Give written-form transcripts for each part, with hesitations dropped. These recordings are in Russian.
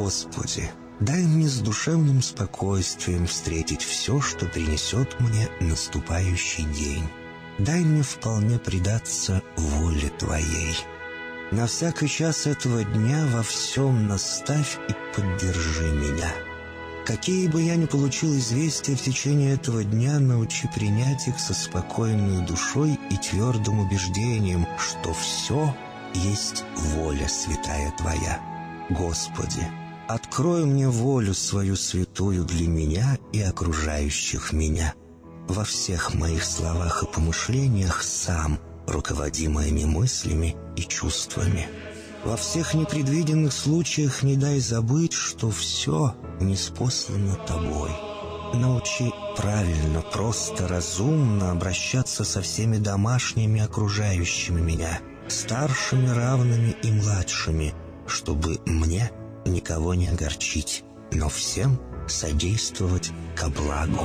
Господи, дай мне с душевным спокойствием встретить все, что принесет мне наступающий день. Дай мне вполне предаться воле Твоей. На всякий час этого дня во всем наставь и поддержи меня. Какие бы я ни получил известия в течение этого дня, научи принять их со спокойной душой и твердым убеждением, что все есть воля святая Твоя. Господи, открой мне волю свою святую для меня и окружающих меня. Во всех моих словах и помышлениях сам руководи моими мыслями и чувствами. Во всех непредвиденных случаях не дай забыть, что все ниспослано Тобой. Научи правильно, просто, разумно обращаться со всеми домашними окружающими меня, старшими, равными и младшими, чтобы мне никого не огорчить, но всем содействовать ко благу.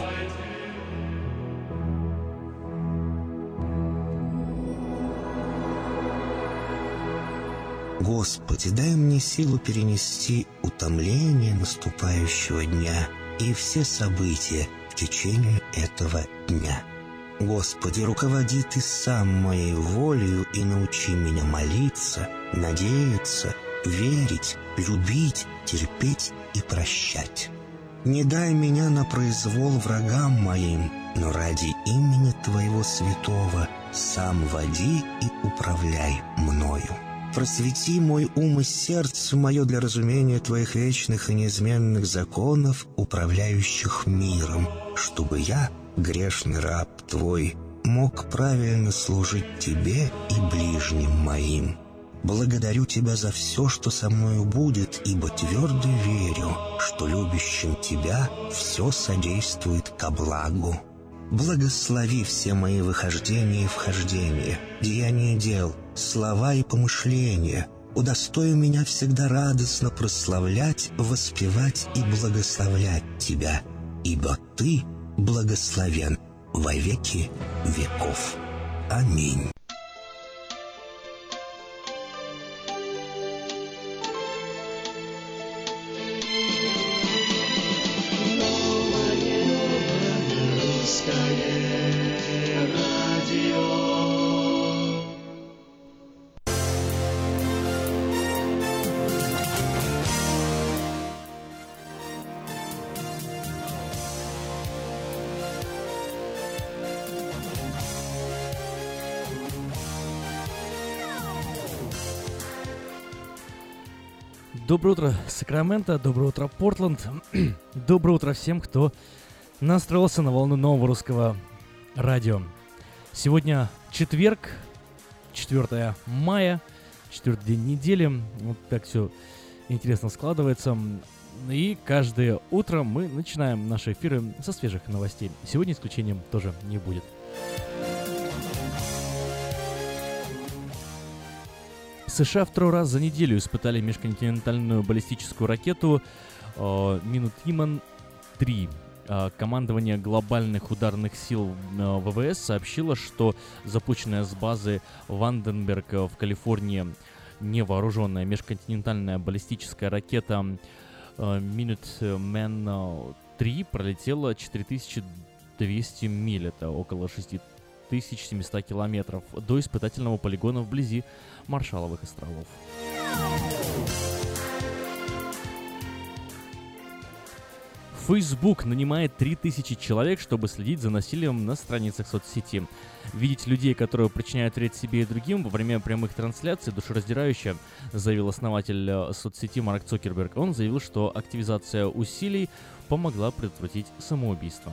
Господи, дай мне силу перенести утомление наступающего дня и все события в течение этого дня. Господи, руководи Ты сам моей волею и научи меня молиться, надеяться, верить, любить, терпеть и прощать. Не дай меня на произвол врагам моим, но ради имени Твоего святого сам води и управляй мною. Просвети мой ум и сердце мое для разумения Твоих вечных и неизменных законов, управляющих миром, чтобы я, грешный раб Твой, мог правильно служить Тебе и ближним моим. Благодарю Тебя за все, что со мною будет, ибо твердо верю, что любящим Тебя все содействует ко благу. Благослови все мои выхождения и вхождения, деяния дел, слова и помышления. Удостой меня всегда радостно прославлять, воспевать и благословлять Тебя, ибо Ты благословен во веки веков. Аминь. Доброе утро, Сакраменто, доброе утро, Портленд, доброе утро всем, кто настроился на волну нового русского радио. Сегодня четверг, 4 мая, 4-й день недели, вот так все интересно складывается. И каждое утро мы начинаем наши эфиры со свежих новостей. Сегодня исключением тоже не будет. США второй раз за неделю испытали межконтинентальную баллистическую ракету Minuteman-3. Командование глобальных ударных сил ВВС сообщило, что запущенная с базы Ванденберг в Калифорнии невооруженная межконтинентальная баллистическая ракета Minuteman-3 пролетела 4200 миль, это около 6700 километров, до испытательного полигона вблизи Маршалловых островов. Facebook нанимает 3000 человек, чтобы следить за насилием на страницах соцсети. Видеть людей, которые причиняют вред себе и другим во время прямых трансляций, душераздирающе, заявил основатель соцсети Марк Цукерберг. Он заявил, что активизация усилий помогла предотвратить самоубийство.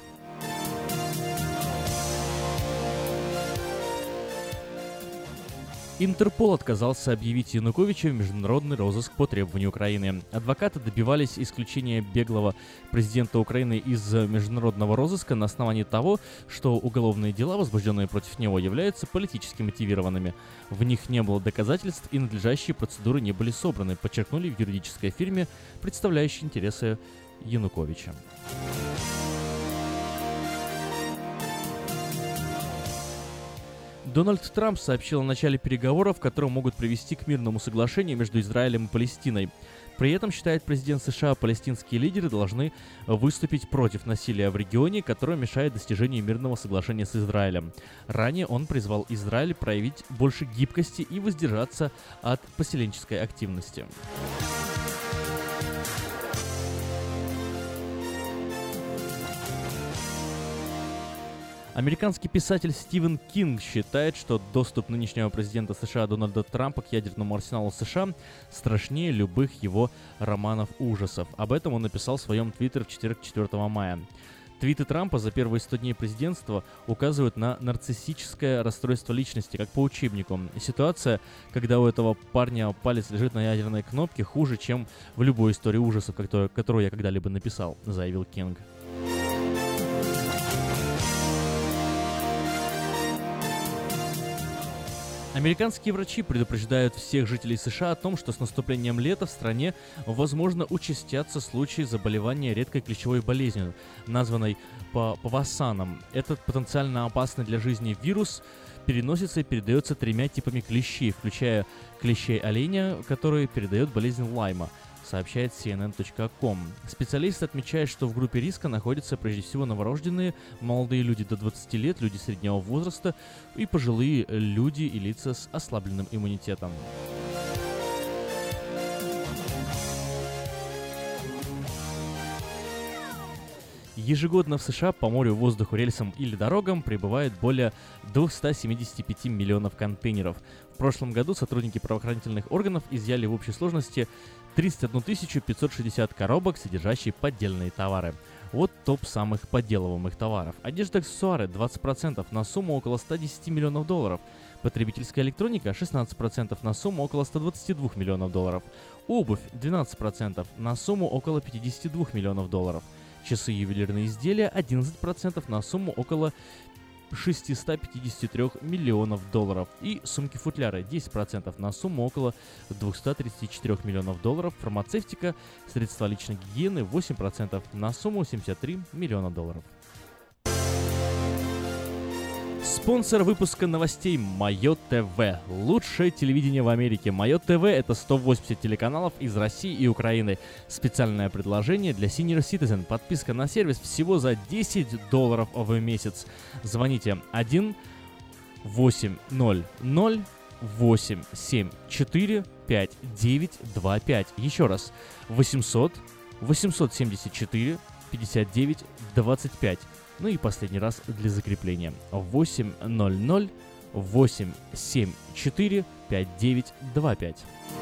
Интерпол отказался объявить Януковича в международный розыск по требованию Украины. Адвокаты добивались исключения беглого президента Украины из международного розыска на основании того, что уголовные дела, возбужденные против него, являются политически мотивированными. В них не было доказательств и надлежащие процедуры не были собраны, подчеркнули в юридической фирме, представляющей интересы Януковича. Дональд Трамп сообщил о начале переговоров, которые могут привести к мирному соглашению между Израилем и Палестиной. При этом, считает президент США, палестинские лидеры должны выступить против насилия в регионе, которое мешает достижению мирного соглашения с Израилем. Ранее он призвал Израиль проявить больше гибкости и воздержаться от поселенческой активности. Американский писатель Стивен Кинг считает, что доступ нынешнего президента США Дональда Трампа к ядерному арсеналу США страшнее любых его романов ужасов. Об этом он написал в своем твиттере в четверг, 4 мая. Твиты Трампа за первые 100 дней президентства указывают на нарциссическое расстройство личности, как по учебнику. Ситуация, когда у этого парня палец лежит на ядерной кнопке, хуже, чем в любой истории ужасов, которую я когда-либо написал, заявил Кинг. Американские врачи предупреждают всех жителей США о том, что с наступлением лета в стране возможно участятся случаи заболевания редкой клещевой болезнью, названной павасаном. Этот потенциально опасный для жизни вирус переносится и передается 3 типами клещей, включая клещей оленя, который передает болезнь Лайма, сообщает CNN.com. Специалисты отмечают, что в группе риска находятся прежде всего новорожденные, молодые люди до 20 лет, люди среднего возраста и пожилые люди и лица с ослабленным иммунитетом. Ежегодно в США по морю, воздуху, рельсам или дорогам прибывает более 275 миллионов контейнеров. В прошлом году сотрудники правоохранительных органов изъяли в общей сложности 31 560 коробок, содержащие поддельные товары. Вот топ самых подделываемых товаров. Одежда и аксессуары 20% на сумму около 110 миллионов долларов. Потребительская электроника 16% на сумму около 122 миллионов долларов. Обувь 12% на сумму около 52 миллионов долларов. Часы и ювелирные изделия 11% на сумму около 653 миллионов долларов. И сумки-футляры 10% на сумму около 234 миллионов долларов. Фармацевтика, средства личной гигиены 8% на сумму 73 миллиона долларов. Спонсор выпуска новостей Майо ТВ. Лучшее телевидение в Америке. Майо ТВ — это 180 телеканалов из России и Украины. Специальное предложение для Senior Citizen. Подписка на сервис всего за $10 в месяц. Звоните 1-800-874-5925. Еще раз. 800-874-5925. Ну и последний раз для закрепления. 800-874-5925.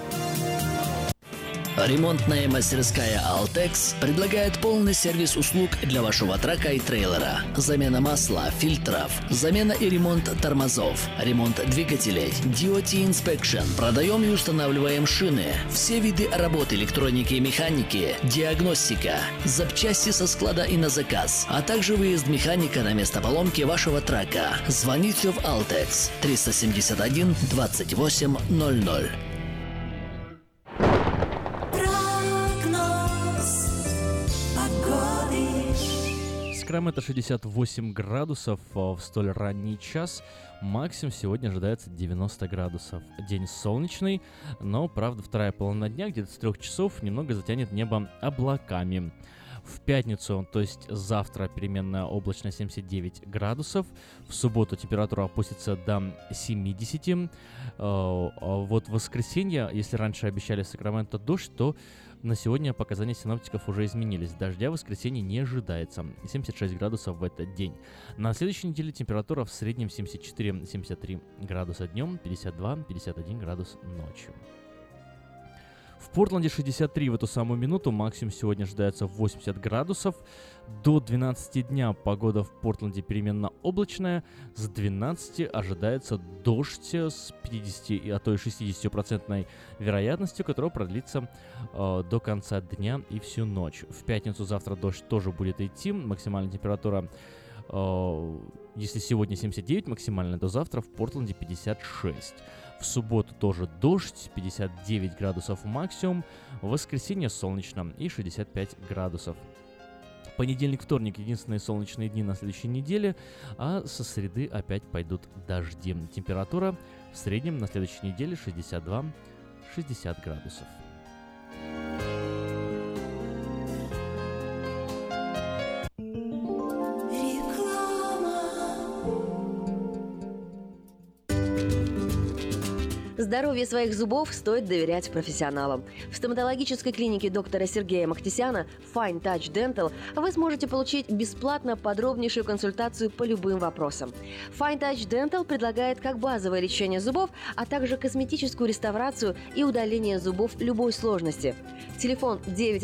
Ремонтная мастерская «Алтекс» предлагает полный сервис услуг для вашего трака и трейлера. Замена масла, фильтров, замена и ремонт тормозов, ремонт двигателей, DOT Inspection. Продаем и устанавливаем шины, все виды работы электроники и механики, диагностика, запчасти со склада и на заказ, а также выезд механика на место поломки вашего трака. Звоните в «Алтекс» 371 28 00. Сакраменто 68 градусов в столь ранний час. Максимум сегодня ожидается 90 градусов. День солнечный, но, правда, вторая половина дня, где-то с 3 часов, немного затянет небо облаками. В пятницу, то есть завтра, переменная облачность 79 градусов. В субботу температура опустится до 70. Вот в воскресенье, если раньше обещали в Сакраменто дождь, то на сегодня показания синоптиков уже изменились. Дождя в воскресенье не ожидается. 76 градусов в этот день. На следующей неделе температура в среднем 74-73 градуса днем, 52-51 градус ночью. В Портленде 63 в эту самую минуту, максимум сегодня ожидается 80 градусов. До 12 дня погода в Портленде переменно облачная. С 12 ожидается дождь с 50, а то и 60% вероятностью, которая продлится до конца дня и всю ночь. В пятницу завтра дождь тоже будет идти. Максимальная температура, если сегодня 79 максимальная, то завтра в Портленде 56. В субботу тоже дождь, 59 градусов максимум. В воскресенье солнечно и 65 градусов. Понедельник, вторник — единственные солнечные дни на следующей неделе, а со среды опять пойдут дожди. Температура в среднем на следующей неделе 62-60 градусов. Здоровье своих зубов стоит доверять профессионалам. В стоматологической клинике доктора Сергея Махтисяна Fine Touch Dental вы сможете получить бесплатно подробнейшую консультацию по любым вопросам. Fine Touch Dental предлагает как базовое лечение зубов, а также косметическую реставрацию и удаление зубов любой сложности. Телефон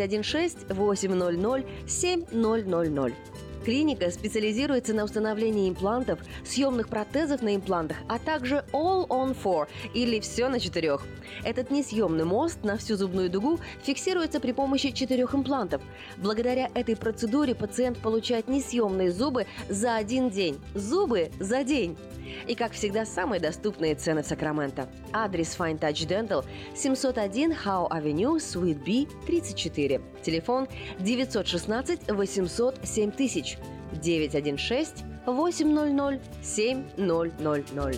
916-800-7000. Клиника специализируется на установлении имплантов, съемных протезов на имплантах, а также All on 4 или «Все на 4». Этот несъемный мост на всю зубную дугу фиксируется при помощи 4 имплантов. Благодаря этой процедуре пациент получает несъемные зубы за 1 день. Зубы за день! И, как всегда, самые доступные цены в Сакраменто. Адрес Fine Touch Dental 701 Howe Avenue, Suite B, 34. Телефон 916-800-7000. 916-800-7000.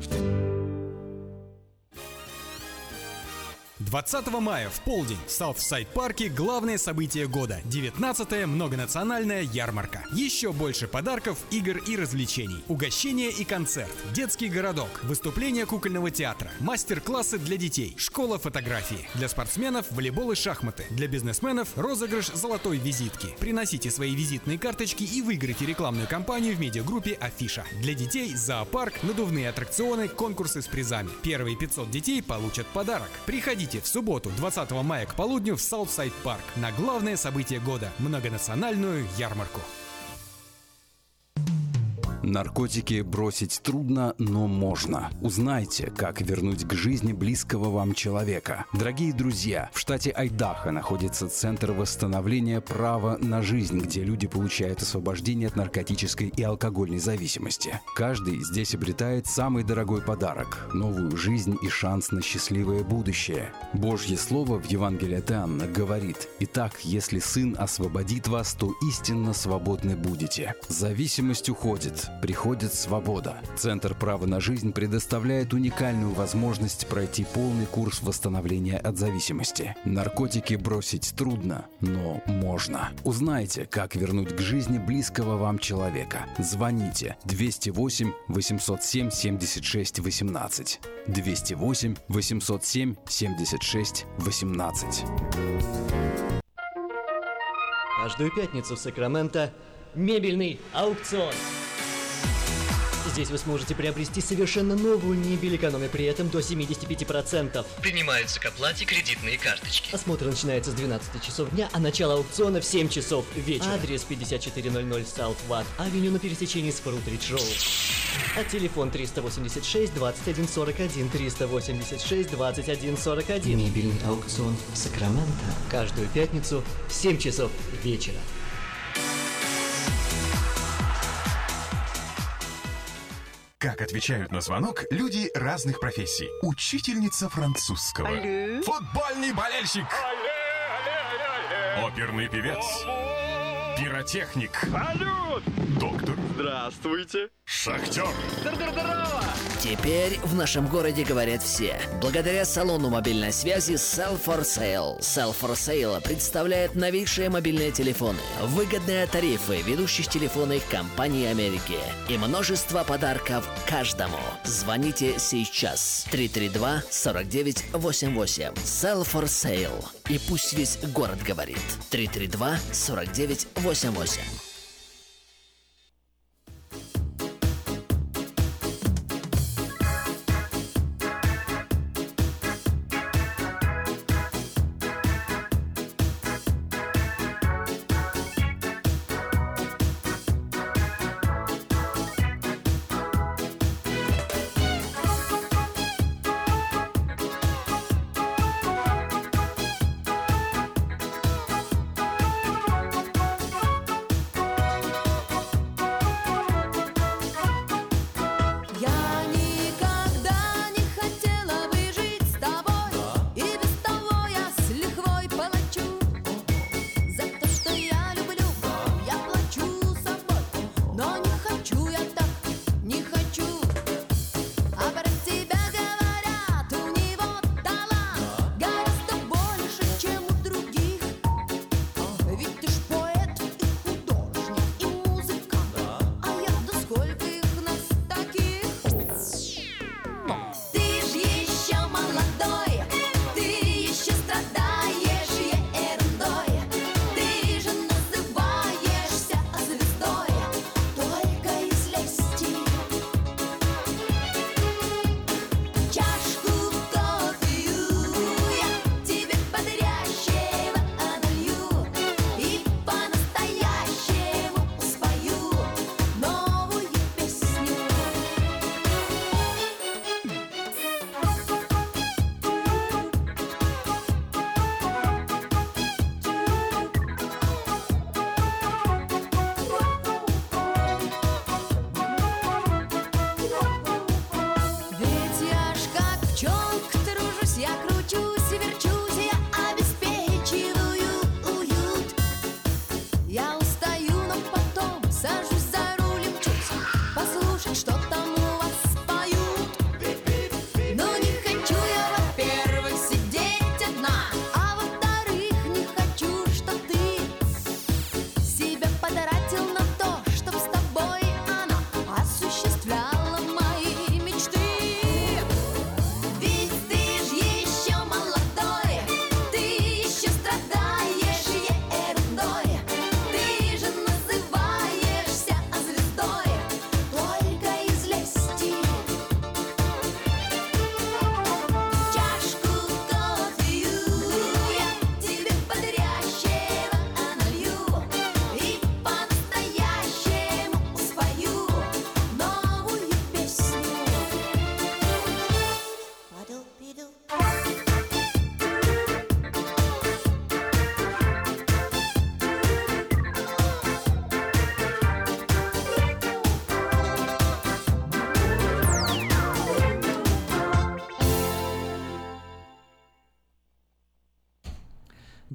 20 мая в полдень в Саутсайд-парке главное событие года – 19-я многонациональная ярмарка. Еще больше подарков, игр и развлечений. Угощение и концерт, детский городок, выступление кукольного театра, мастер-классы для детей, школа фотографии. Для спортсменов – волейбол и шахматы. Для бизнесменов – розыгрыш золотой визитки. Приносите свои визитные карточки и выиграйте рекламную кампанию в медиагруппе «Афиша». Для детей – зоопарк, надувные аттракционы, конкурсы с призами. Первые 500 детей получат подарок. Приходите в субботу, 20 мая к полудню в Саутсайд-парк на главное событие года – многонациональную ярмарку. Наркотики бросить трудно, но можно. Узнайте, как вернуть к жизни близкого вам человека. Дорогие друзья, в штате Айдахо находится Центр восстановления права на жизнь, где люди получают освобождение от наркотической и алкогольной зависимости. Каждый здесь обретает самый дорогой подарок – новую жизнь и шанс на счастливое будущее. Божье Слово в Евангелии от Иоанна говорит: «Итак, если Сын освободит вас, то истинно свободны будете». Зависимость уходит. Приходит свобода. Центр права на жизнь предоставляет уникальную возможность пройти полный курс восстановления от зависимости. Наркотики бросить трудно, но можно. Узнайте, как вернуть к жизни близкого вам человека. Звоните 208 807 76 18. 208 807 76 18. Каждую пятницу в Сакраменто мебельный аукцион. Здесь вы сможете приобрести совершенно новую мебель, экономя при этом до 75%. Принимаются к оплате кредитные карточки. Осмотр начинается с 12 часов дня, а начало аукциона в 7 часов вечера. Адрес 5400 South Watt Avenue на пересечении с Фрутридж Роуд. А телефон 386-2141, 386-2141. Мебельный аукцион Сакраменто. Каждую пятницу в 7 часов вечера. Как отвечают на звонок люди разных профессий. Учительница французского. Алле. Футбольный болельщик. Алле. Оперный певец. Пиротехник. Салют! Доктор. Здравствуйте. Шахтер. Здорово! Теперь в нашем городе говорят все. Благодаря салону мобильной связи Cell for Sale. Cell for Sale представляет новейшие мобильные телефоны, выгодные тарифы ведущих телефонных компаний Америки и множество подарков каждому. Звоните сейчас. 332-4988. Cell for Sale. И пусть весь город говорит. 332-4988.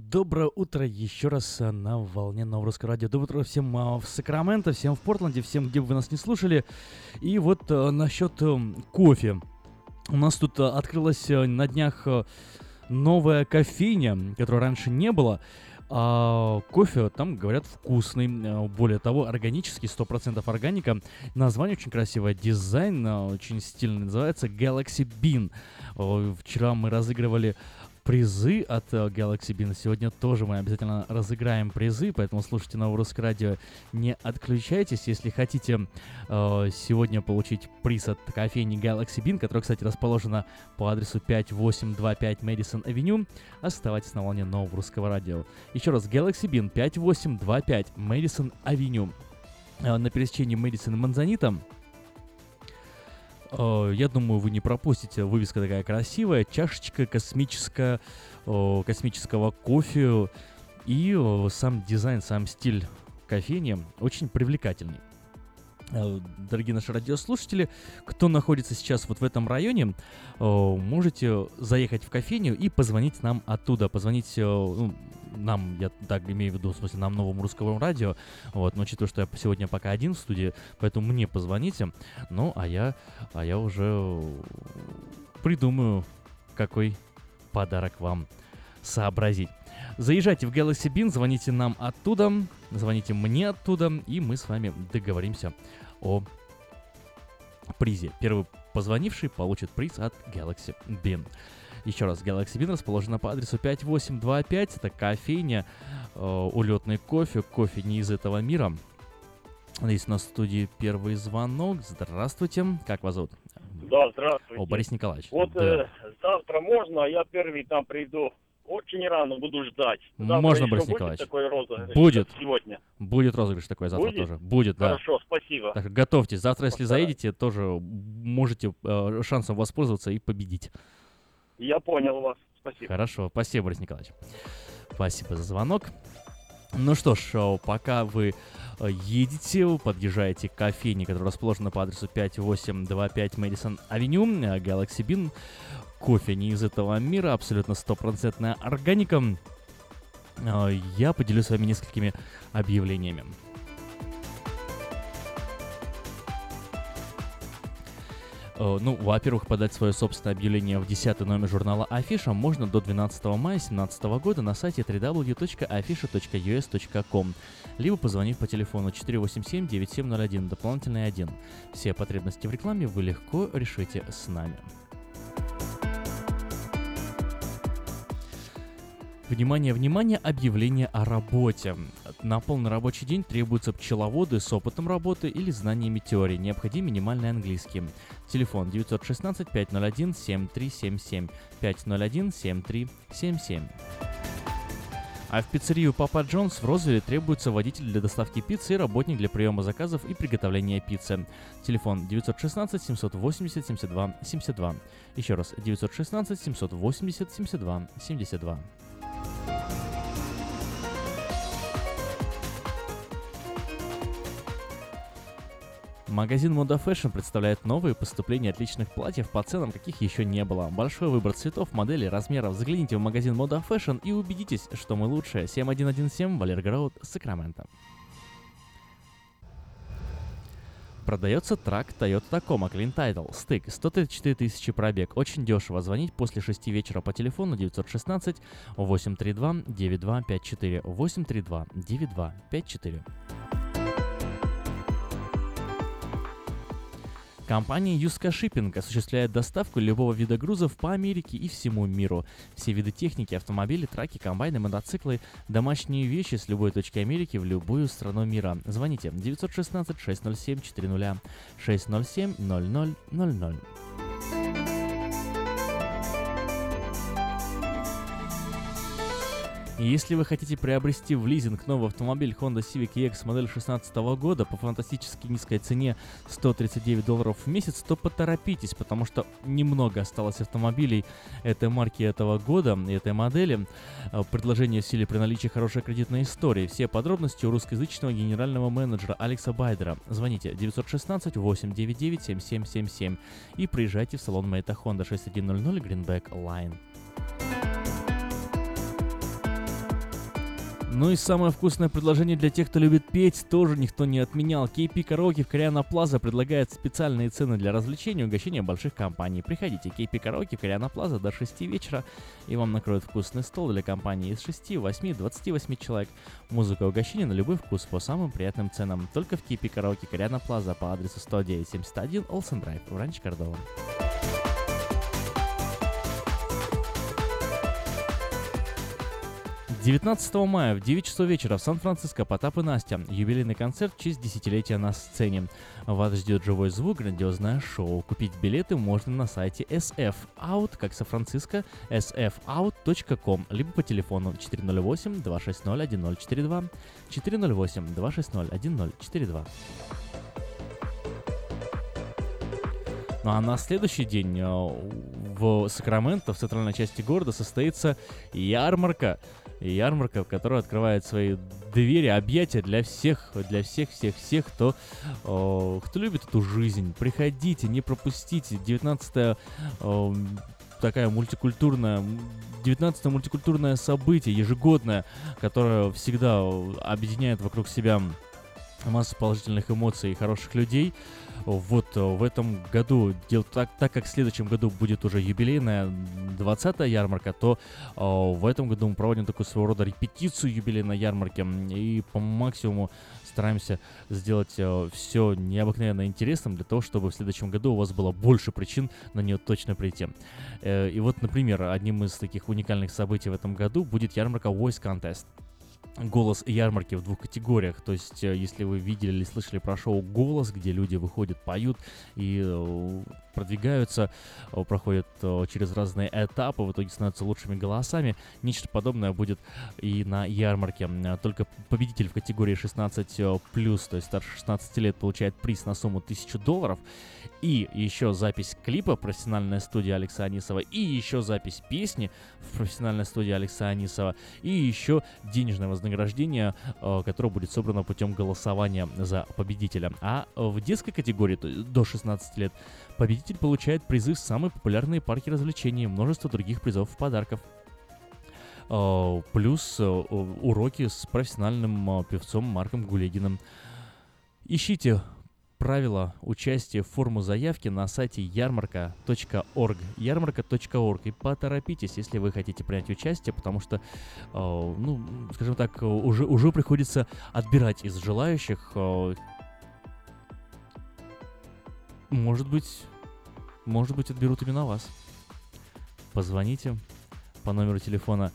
Доброе утро еще раз на волне Нового Русского Радио. Доброе утро всем в Сакраменто, всем в Портленде, всем, где бы вы нас не слушали. И вот насчет кофе. У нас тут открылась на днях новая кофейня, которой раньше не было. А кофе там, говорят, вкусный. Более того, органический, 100% органика. Название очень красивое, дизайн очень стильный, называется Galaxy Bean. Вчера мы разыгрывали призы от Galaxy Bean. Сегодня тоже мы обязательно разыграем призы, поэтому слушайте Новое Русское Радио, не отключайтесь. Если хотите сегодня получить приз от кофейни Galaxy Bean, которая, кстати, расположена по адресу 5825 Madison Avenue, оставайтесь на волне Нового Русского Радио. Еще раз, Galaxy Bean, 5825 Madison Avenue. На пересечении Мэдисон и Манзанита. Я думаю, вы не пропустите. Вывеска такая красивая. Чашечка космического кофе. И сам дизайн, сам стиль кофейни очень привлекательный. Дорогие наши радиослушатели, кто находится сейчас вот в этом районе, можете заехать в кофейню и позвонить нам оттуда. Позвонить нам, я так имею в виду, в смысле, нам, Новому Русскому Радио. Вот, но учитывая, что я сегодня пока один в студии, поэтому мне позвоните. Ну, а я уже придумаю, какой подарок вам сообразить. Заезжайте в Galaxy Bean, звоните нам оттуда, звоните мне оттуда, и мы с вами договоримся о призе. Первый позвонивший получит приз от Galaxy Bean. Еще раз, Galaxy Bean расположена по адресу 5825. Это кофейня, улетный кофе, кофе не из этого мира. Здесь у нас в студии первый звонок. Здравствуйте, как вас зовут? Да, здравствуйте. Борис Николаевич. Вот да. Завтра можно, я первый там приду. Очень рано буду ждать. Завтра можно, Борис Николаевич. Такой розыгрыш? Будет. Сегодня. Будет розыгрыш такой завтра тоже. Будет, да. Хорошо, спасибо. Так, готовьтесь. Завтра, если заедете, тоже можете шансом воспользоваться и победить. Я понял вас. Спасибо. Хорошо. Спасибо, Борис Николаевич. Спасибо за звонок. Ну что ж, пока вы едете, подъезжаете к кофейне, которая расположена по адресу 5825 Madison Avenue, Galaxy Bean. Кофе не из этого мира, абсолютно 100% органика. Я поделюсь с вами несколькими объявлениями. Ну, во-первых, подать свое собственное объявление в 10-й номер журнала Афиша можно до 12 мая 2017 года на сайте www.afisha.us.com, либо позвонив по телефону 487-9701, дополнительный 1. Все потребности в рекламе вы легко решите с нами. Внимание, внимание, объявление о работе. На полный рабочий день требуются пчеловоды с опытом работы или знаниями теории. Необходим минимальный английский. Телефон 916-501-7377, 501-7377. А в пиццерию Папа Джонс в Розвилле требуется водитель для доставки пиццы и работник для приема заказов и приготовления пиццы. Телефон 916-780-72-72. Еще раз, 916-780-72-72. Магазин Moda Fashion представляет новые поступления отличных платьев по ценам, каких еще не было. Большой выбор цветов, моделей, размеров. Загляните в магазин Moda Fashion и убедитесь, что мы лучшие. 7117 Валерго Роуд, Сакраменто. Продается трак Toyota Tacoma Clean Title. Стык, 134 тысячи пробег. Очень дешево. Звонить после 6 вечера по телефону 916-832-9254. 832-9254. Компания Юска Shipping осуществляет доставку любого вида грузов по Америке и всему миру. Все виды техники, автомобили, траки, комбайны, мотоциклы, домашние вещи с любой точки Америки в любую страну мира. Звоните 916-607-400, 607-0000. И если вы хотите приобрести в лизинг новый автомобиль Honda Civic EX модель 2016 года по фантастически низкой цене $139 в месяц, то поторопитесь, потому что немного осталось автомобилей этой марки, этого года и этой модели. Предложение в силе при наличии хорошей кредитной истории. Все подробности у русскоязычного генерального менеджера Алекса Байдера. Звоните 916-899-7777 и приезжайте в салон Мэйта Honda 6100 Greenback Line. Ну и самое вкусное предложение для тех, кто любит петь, тоже никто не отменял. KP Караоке в Кориана Плаза предлагает специальные цены для развлечений и угощения больших компаний. Приходите, KP Караоке в Кориана Плаза до 6 вечера, и вам накроют вкусный стол для компании из 6, 8, 28 человек. Музыка и угощение на любой вкус по самым приятным ценам. Только в KP Караоке Кориана Плаза по адресу 10971 Олсен Драйв в Ранчо Кордова. 19 мая в 9 часов вечера в Сан-Франциско Потап и Настя. Юбилейный концерт в честь десятилетия на сцене. Вас ждет живой звук, грандиозное шоу. Купить билеты можно на сайте SF Out, как Сан-Франциско, sfout.com, либо по телефону 408-260-1042, 408-260-1042. Ну а на следующий день в Сакраменто, в центральной части города, состоится ярмарка, которая открывает свои двери, объятия для всех, кто любит эту жизнь. Приходите, не пропустите. 19-е мультикультурное событие, ежегодное, которое всегда объединяет вокруг себя массу положительных эмоций и хороших людей. Вот в этом году, так как в следующем году будет уже юбилейная 20-я ярмарка, то в этом году мы проводим такую своего рода репетицию юбилейной ярмарки и по максимуму стараемся сделать все необыкновенно интересным для того, чтобы в следующем году у вас было больше причин на нее точно прийти. И вот, например, одним из таких уникальных событий в этом году будет ярмарка Voice Contest. Голос ярмарки в двух категориях. То есть, если вы видели или слышали про шоу «Голос», где люди выходят, поют и продвигаются, проходят через разные этапы, в итоге становятся лучшими голосами, нечто подобное будет и на ярмарке. Только победитель в категории 16+, то есть старше 16 лет, получает приз на сумму $1000, и еще запись клипа «Профессиональная студия Алекса Анисова», и еще запись песни в «Профессиональной студии Алекса Анисова», и еще денежное вознаграждение, которое будет собрано путем голосования за победителя. А в детской категории, до 16 лет, победитель получает призы в самые популярные парки развлечений и множество других призов и подарков. Плюс уроки с профессиональным певцом Марком Гулегиным. Ищите правила участия, форму заявки на сайте ярмарка.org, ярмарка.org, и поторопитесь, если вы хотите принять участие, потому что, скажем так, уже приходится отбирать из желающих. Может быть, отберут именно вас. Позвоните по номеру телефона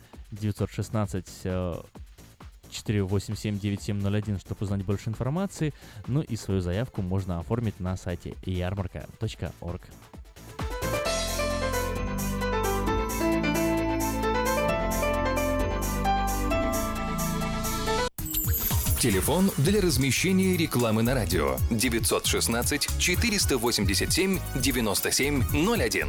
916-487-9701, чтобы узнать больше информации. Ну и свою заявку можно оформить на сайте ярмарка.org. Телефон для размещения рекламы на радио 916-487-9701.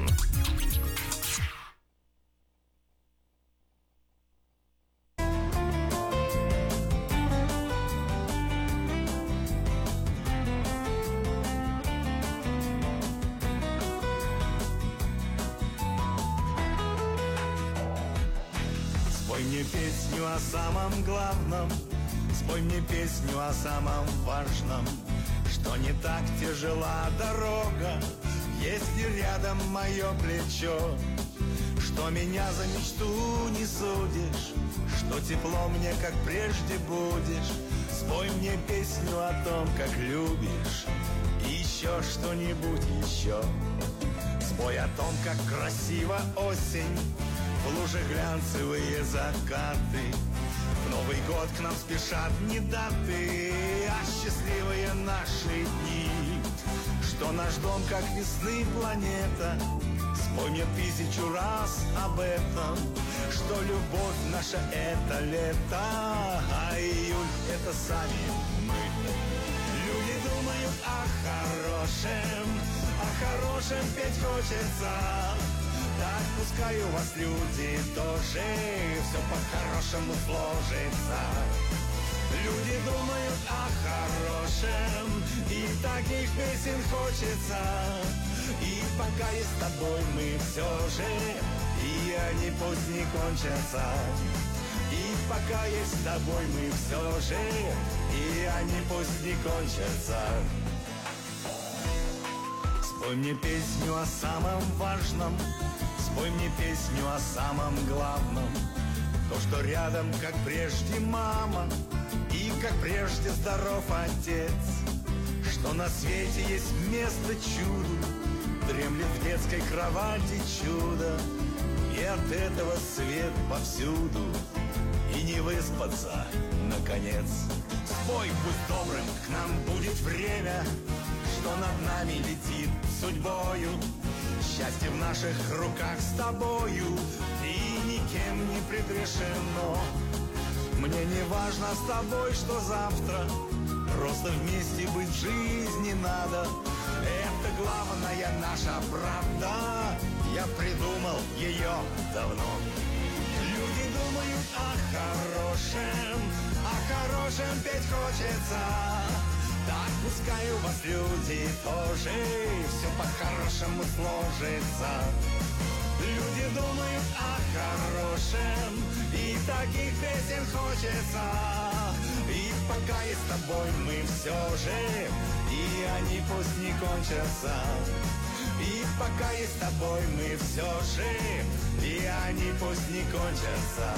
Спой мне песню о самом главном, спой мне песню о самом важном, что не так тяжела дорога, если рядом мое плечо, что меня за мечту не судишь, что тепло мне, как прежде, будешь. Спой мне песню о том, как любишь, и еще что-нибудь еще. Спой о том, как красива осень, в луже глянцевые закаты. В Новый год к нам спешат не даты, а счастливые наши дни. Что наш дом, как весны планета, спой мне 1000 раз об этом. Что любовь наша — это лето, а июль — это сами мы. Люди думают о хорошем петь хочется. Так пускай у вас, люди, тоже все по-хорошему сложится. Люди думают о хорошем, и таких песен хочется. И пока есть с тобой мы все же, и они пусть не кончатся. И пока есть с тобой мы все же, и они пусть не кончатся. Спой мне песню о самом важном, спой мне песню о самом главном. То, что рядом, как прежде, мама, и как прежде здоров отец. Что на свете есть место чуду, дремлет в детской кровати чудо. И от этого свет повсюду, и не выспаться, наконец. Спой, будь добрым, к нам будет время, что над нами летит судьбою. Счастье в наших руках с тобою, и никем не предрешено. Мне не важно с тобой, что завтра, просто вместе быть в жизни надо. Это главная наша правда, я придумал ее давно. Люди думают о хорошем петь хочется. Так пускай у вас, люди, тоже все по-хорошему сложится. Люди думают о хорошем, и таких песен хочется. И пока есть с тобой мы все же, и они пусть не кончатся. И пока есть с тобой мы все же, и они пусть не кончатся.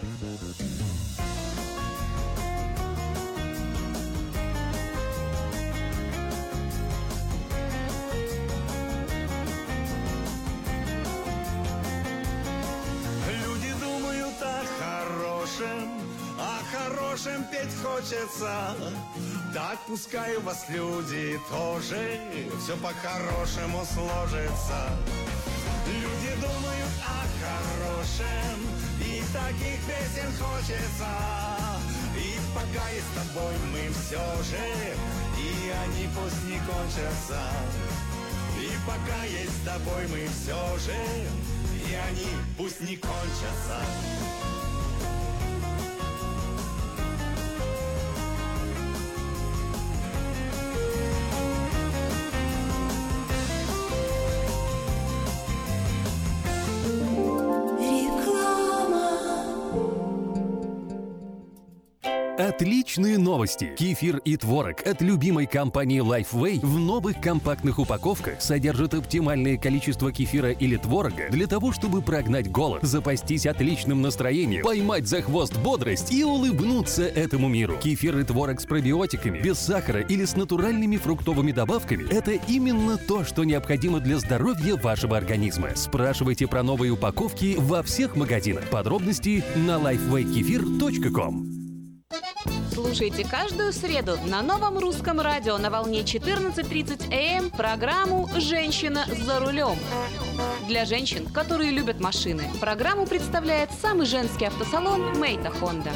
О хорошем петь хочется. Так пускай у вас, люди, тоже все по-хорошему сложится. Люди думают о хорошем, и таких песен хочется. И пока есть с тобой мы все же, и они пусть не кончатся. И пока есть с тобой мы все же, и они пусть не кончатся. Отличные новости! Кефир и творог от любимой компании Lifeway в новых компактных упаковках содержат оптимальное количество кефира или творога для того, чтобы прогнать голод, запастись отличным настроением, поймать за хвост бодрость и улыбнуться этому миру. Кефир и творог с пробиотиками, без сахара или с натуральными фруктовыми добавками – это именно то, что необходимо для здоровья вашего организма. Спрашивайте про новые упаковки во всех магазинах. Подробности на lifewaykefir.com. Слушайте каждую среду на Новом русском радио на волне 14:30 АМ программу «Женщина за рулем». Для женщин, которые любят машины, программу представляет самый женский автосалон «Мейта Хонда».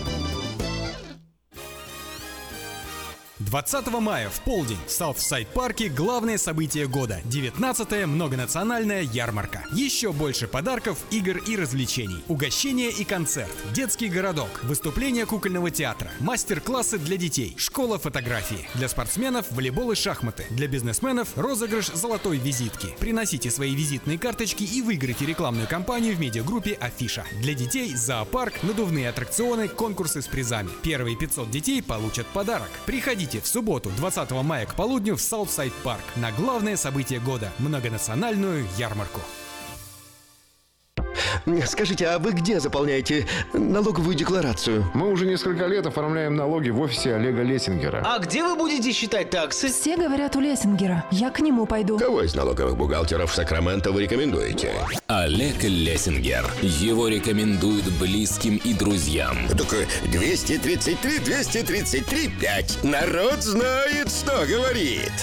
20 мая в полдень в Саутсайд-парке главное событие года – 19-я многонациональная ярмарка. Еще больше подарков, игр и развлечений. Угощение и концерт, детский городок, выступление кукольного театра, мастер-классы для детей, школа фотографии. Для спортсменов – волейбол и шахматы. Для бизнесменов – розыгрыш золотой визитки. Приносите свои визитные карточки и выиграйте рекламную кампанию в медиагруппе «Афиша». Для детей – зоопарк, надувные аттракционы, конкурсы с призами. Первые 500 детей получат подарок. Приходите в субботу, 20 мая к полудню в Саутсайд-парк на главное событие года – многонациональную ярмарку. Скажите, а вы где заполняете налоговую декларацию? Мы уже несколько лет оформляем налоги в офисе Олега Лессингера. А где вы будете считать таксы? Все говорят у Лессингера. Я к нему пойду. Кого из налоговых бухгалтеров Сакраменто вы рекомендуете? Олег Лессингер. Его рекомендуют близким и друзьям. Так 233-233-5. Народ знает, что говорит.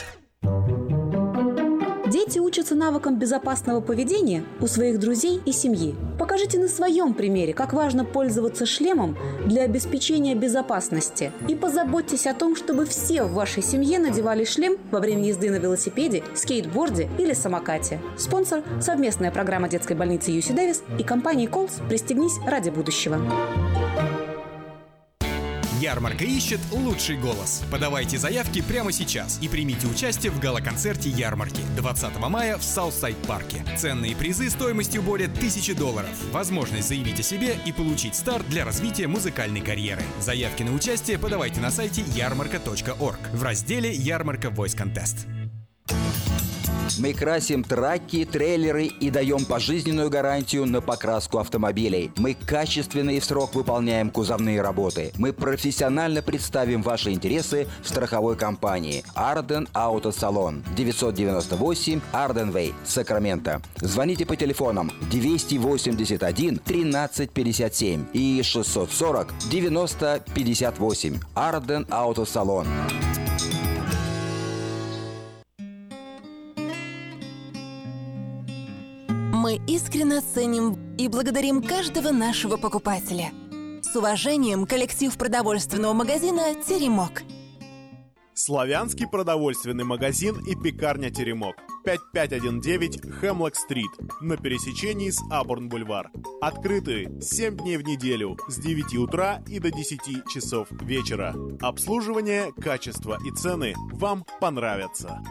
Дети учатся навыкам безопасного поведения у своих друзей и семьи. Покажите на своем примере, как важно пользоваться шлемом для обеспечения безопасности. И позаботьтесь о том, чтобы все в вашей семье надевали шлем во время езды на велосипеде, скейтборде или самокате. Спонсор – совместная программа детской больницы UC Дэвис и компании Колс «Пристегнись ради будущего». Ярмарка ищет лучший голос. Подавайте заявки прямо сейчас и примите участие в гала-концерте ярмарки 20 мая в Саутсайд-парке. Ценные призы стоимостью более $1000. Возможность заявить о себе и получить старт для развития музыкальной карьеры. Заявки на участие подавайте на сайте yarmarka.org в разделе «Ярмарка Voice Contest». Мы красим траки, трейлеры и даем пожизненную гарантию на покраску автомобилей. Мы качественно и в срок выполняем кузовные работы. Мы профессионально представим ваши интересы в страховой компании Арден Автосалон, 998 Арден Вей, Сакраменто. Звоните по телефонам 281 13 57 и 640 90 58. Арден Автосалон. Мы искренне ценим и благодарим каждого нашего покупателя. С уважением, коллектив продовольственного магазина «Теремок». Славянский продовольственный магазин и пекарня «Теремок». 5519 Хемлок-стрит на пересечении с Абурн-бульвар. Открыты 7 дней в неделю с 9 утра и до 10 часов вечера. Обслуживание, качество и цены вам понравятся.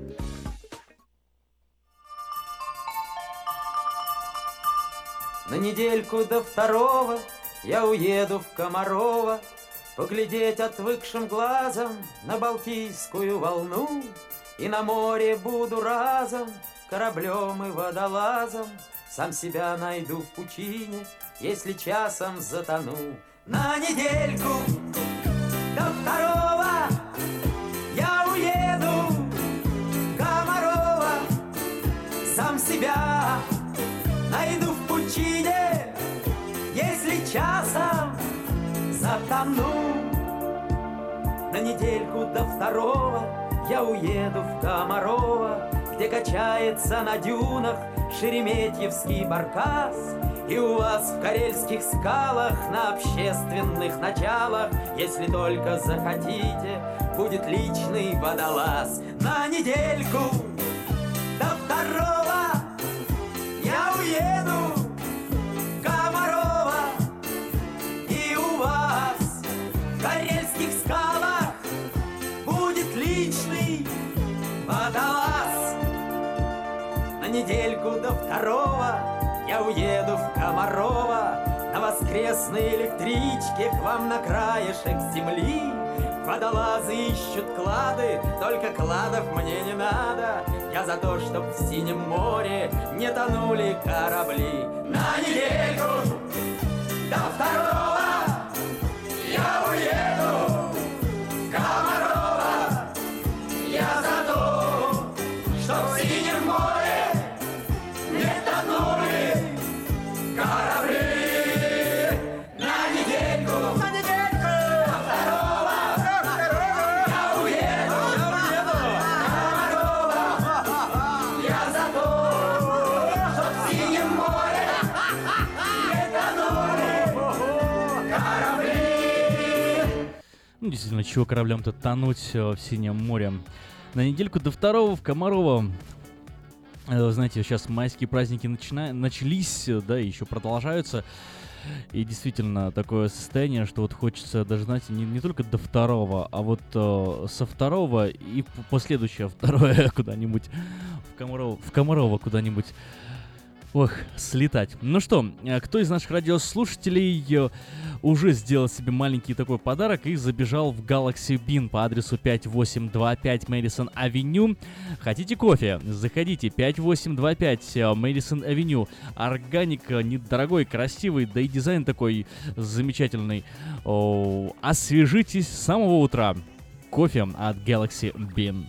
На недельку до 2 я уеду в Комарово, поглядеть отвыкшим глазом на Балтийскую волну. И на море буду разом кораблем и водолазом, сам себя найду в пучине, если часом затону. На недельку до 2 я уеду в Комарово, сам себя найду в пучине, если часом затону. На недельку до 2 я уеду в Комарово, где качается на дюнах шереметьевский баркас. И у вас в карельских скалах на общественных началах, если только захотите, будет личный водолаз. На недельку до 2 я уеду в Комарово, и у вас в карельских скалах будет личный водолаз. На недельку до 2 я уеду в Комарово, на воскресной электричке к вам на краешек земли. Водолазы ищут клады, только кладов мне не надо. Я за то, чтоб в синем море не тонули корабли. На недельку до 2 я уеду в Комарово. Я за то, чтоб в синем море не тонули корабли. На недельку до 2 я уеду в Комарово. Я за то, чтоб в синем море не тонули корабли. Ну, действительно, чего кораблям-то тонуть в синем море. На недельку до 2 в Комарово. Знаете, сейчас майские праздники начались, да, и еще продолжаются. И действительно такое состояние, что вот хочется даже, знаете, не только до 2, а вот со 2 и последующее 2 куда-нибудь в Комарово куда-нибудь. Ох, слетать. Ну что, кто из наших радиослушателей уже сделал себе маленький такой подарок и забежал в Galaxy Bean по адресу 5825 Madison Avenue? Хотите кофе? Заходите, 5825 Madison Avenue. Органик недорогой, красивый, да и дизайн такой замечательный. Освежитесь с самого утра. Кофе от Galaxy Bean.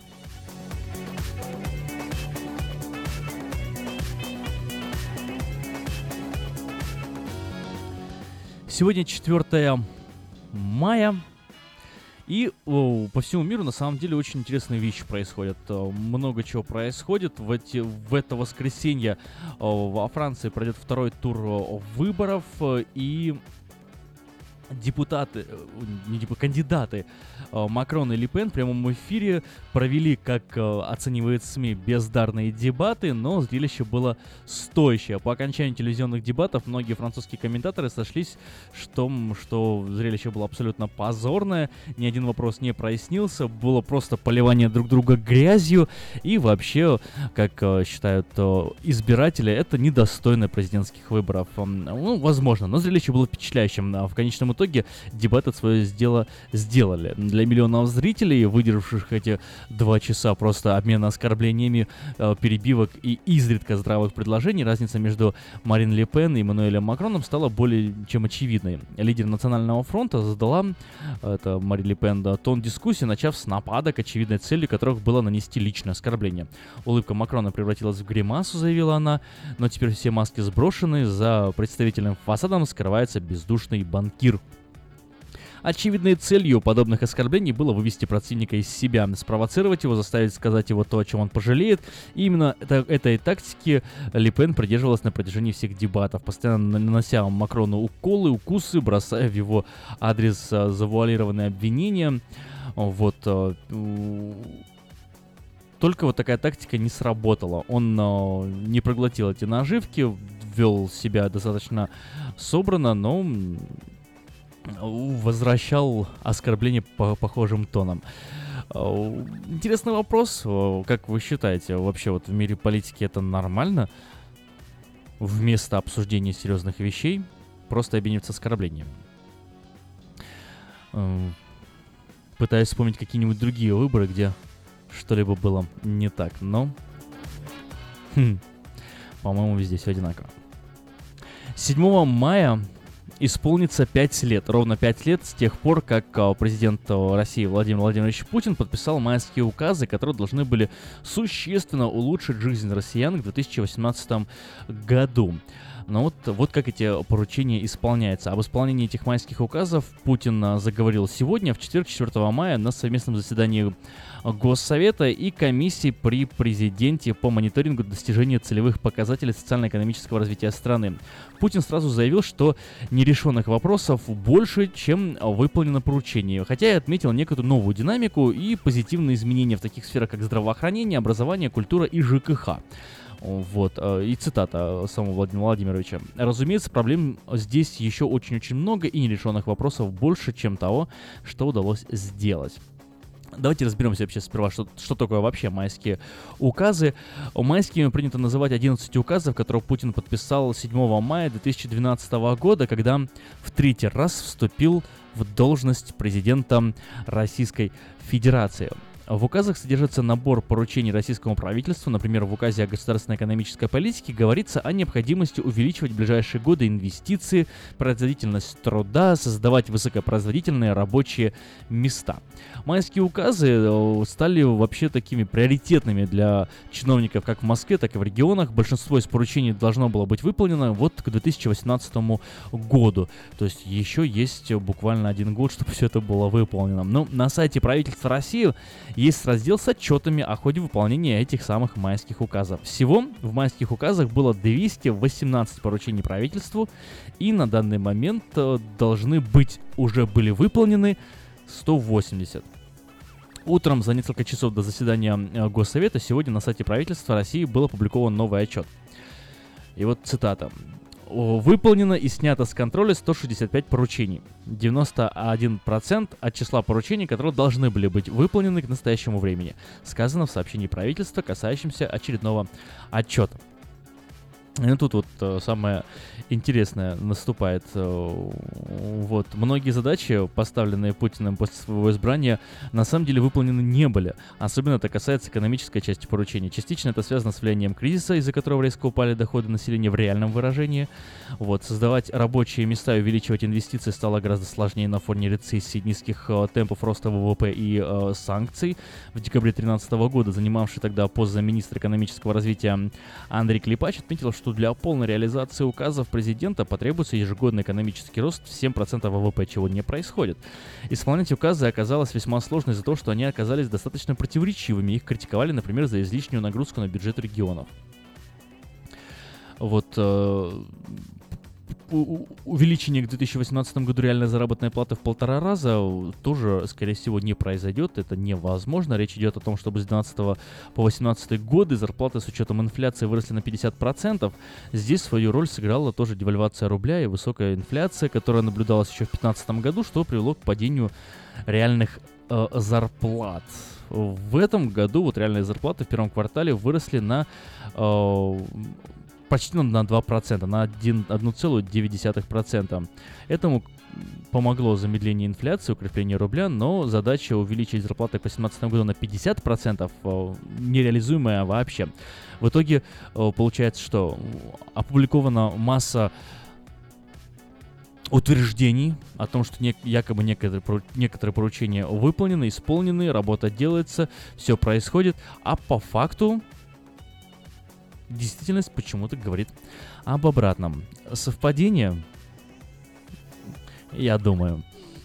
Сегодня 4 мая, и по всему миру на самом деле очень интересные вещи происходят. Много чего происходит. В это воскресенье во Франции пройдет второй тур выборов, и кандидаты Макрон и Ле Пен в прямом эфире провели, как оценивает СМИ, бездарные дебаты, но зрелище было стоящее. По окончании телевизионных дебатов многие французские комментаторы сошлись, что зрелище было абсолютно позорное, ни один вопрос не прояснился, было просто поливание друг друга грязью, и вообще, как считают избиратели, это недостойно президентских выборов. Ну, возможно, но зрелище было впечатляющим. В конечном итоге дебаты свое дело сделали. Для миллионов зрителей, выдержавших эти 2 часа просто обмена оскорблениями, перебивок и изредка здравых предложений, разница между Марин Ле Пен и Эммануэлем Макроном стала более чем очевидной. Лидер Национального фронта задала, это Марин Ле Пен, тон дискуссии, начав с нападок, очевидной целью которых было нанести личное оскорбление. Улыбка Макрона превратилась в гримасу, заявила она, но теперь все маски сброшены, за представительным фасадом скрывается бездушный банкир. Очевидной целью подобных оскорблений было вывести противника из себя, спровоцировать его, заставить сказать его то, о чем он пожалеет. И именно этой тактики Ле Пен придерживалась на протяжении всех дебатов, постоянно нанося Макрону уколы, укусы, бросая в его адрес завуалированные обвинения. Вот. Только вот такая тактика не сработала. Он не проглотил эти наживки, вел себя достаточно собранно, но возвращал оскорбления по похожим тонам. Интересный вопрос. Как вы считаете, вообще вот в мире политики это нормально? Вместо обсуждения серьезных вещей просто обмениваться оскорблением. Пытаюсь вспомнить какие-нибудь другие выборы, где что-либо было не так, но по-моему, везде все одинаково. 7 мая исполнится 5 лет, ровно 5 лет с тех пор, как президент России Владимир Владимирович Путин подписал майские указы, которые должны были существенно улучшить жизнь россиян к 2018 году. Но вот как эти поручения исполняются. Об исполнении этих майских указов Путин заговорил сегодня, в четверг, 4 мая, на совместном заседании Госсовета и комиссии при президенте по мониторингу достижения целевых показателей социально-экономического развития страны. Путин сразу заявил, что нерешенных вопросов больше, чем выполнено поручение, хотя и отметил некую новую динамику и позитивные изменения в таких сферах, как здравоохранение, образование, культура и ЖКХ. Вот, и цитата самого Владимира Владимировича. «Разумеется, проблем здесь еще очень-очень много и нерешенных вопросов больше, чем того, что удалось сделать». Давайте разберемся вообще сперва, что такое вообще майские указы. Майскими принято называть 11 указов, которые Путин подписал 7 мая 2012 года, когда в 3-й раз вступил в должность президента Российской Федерации. В указах содержится набор поручений российскому правительству. Например, в указе о государственной экономической политике говорится о необходимости увеличивать в ближайшие годы инвестиции, производительность труда, создавать высокопроизводительные рабочие места. Майские указы стали вообще такими приоритетными для чиновников как в Москве, так и в регионах. Большинство из поручений должно было быть выполнено вот к 2018 году. То есть еще есть буквально 1 год, чтобы все это было выполнено. Но на сайте правительства России есть раздел с отчетами о ходе выполнения этих самых майских указов. Всего в майских указах было 218 поручений правительству, и на данный момент уже были выполнены 180. Утром за несколько часов до заседания Госсовета сегодня на сайте правительства России был опубликован новый отчет. И вот цитата. Выполнено и снято с контроля 165 поручений. 91% от числа поручений, которые должны были быть выполнены к настоящему времени. Сказано в сообщении правительства, касающемся очередного отчета. И тут вот самое интересное наступает. Вот. Многие задачи, поставленные Путиным после своего избрания, на самом деле выполнены не были. Особенно это касается экономической части поручений. Частично это связано с влиянием кризиса, из-за которого резко упали доходы населения в реальном выражении. Вот. Создавать рабочие места и увеличивать инвестиции стало гораздо сложнее на фоне рецессии, низких темпов роста ВВП и санкций. В декабре 2013 года занимавший тогда пост замминистра экономического развития Андрей Клепач отметил, что для полной реализации указов президента потребуется ежегодный экономический рост в 7% ВВП, чего не происходит. Исполнять указы оказалось весьма сложно из-за того, что они оказались достаточно противоречивыми. Их критиковали, например, за излишнюю нагрузку на бюджет регионов. Вот увеличение к 2018 году реальной заработной платы в 1,5 раза тоже, скорее всего, не произойдет. Это невозможно. Речь идет о том, чтобы с 2012 по 2018 годы зарплаты с учетом инфляции выросли на 50%. Здесь свою роль сыграла тоже девальвация рубля и высокая инфляция, которая наблюдалась еще в 2015 году, что привело к падению реальных зарплат. В этом году вот реальные зарплаты в первом квартале выросли на почти на 2%, на 1,9%. Этому помогло замедление инфляции, укрепление рубля, но задача увеличить зарплаты к 2018 году на 50% нереализуемая вообще. В итоге получается, что опубликована масса утверждений о том, что якобы некоторые поручения выполнены, исполнены, работа делается, все происходит, а по факту действительность почему-то говорит об обратном. Совпадение? Я думаю.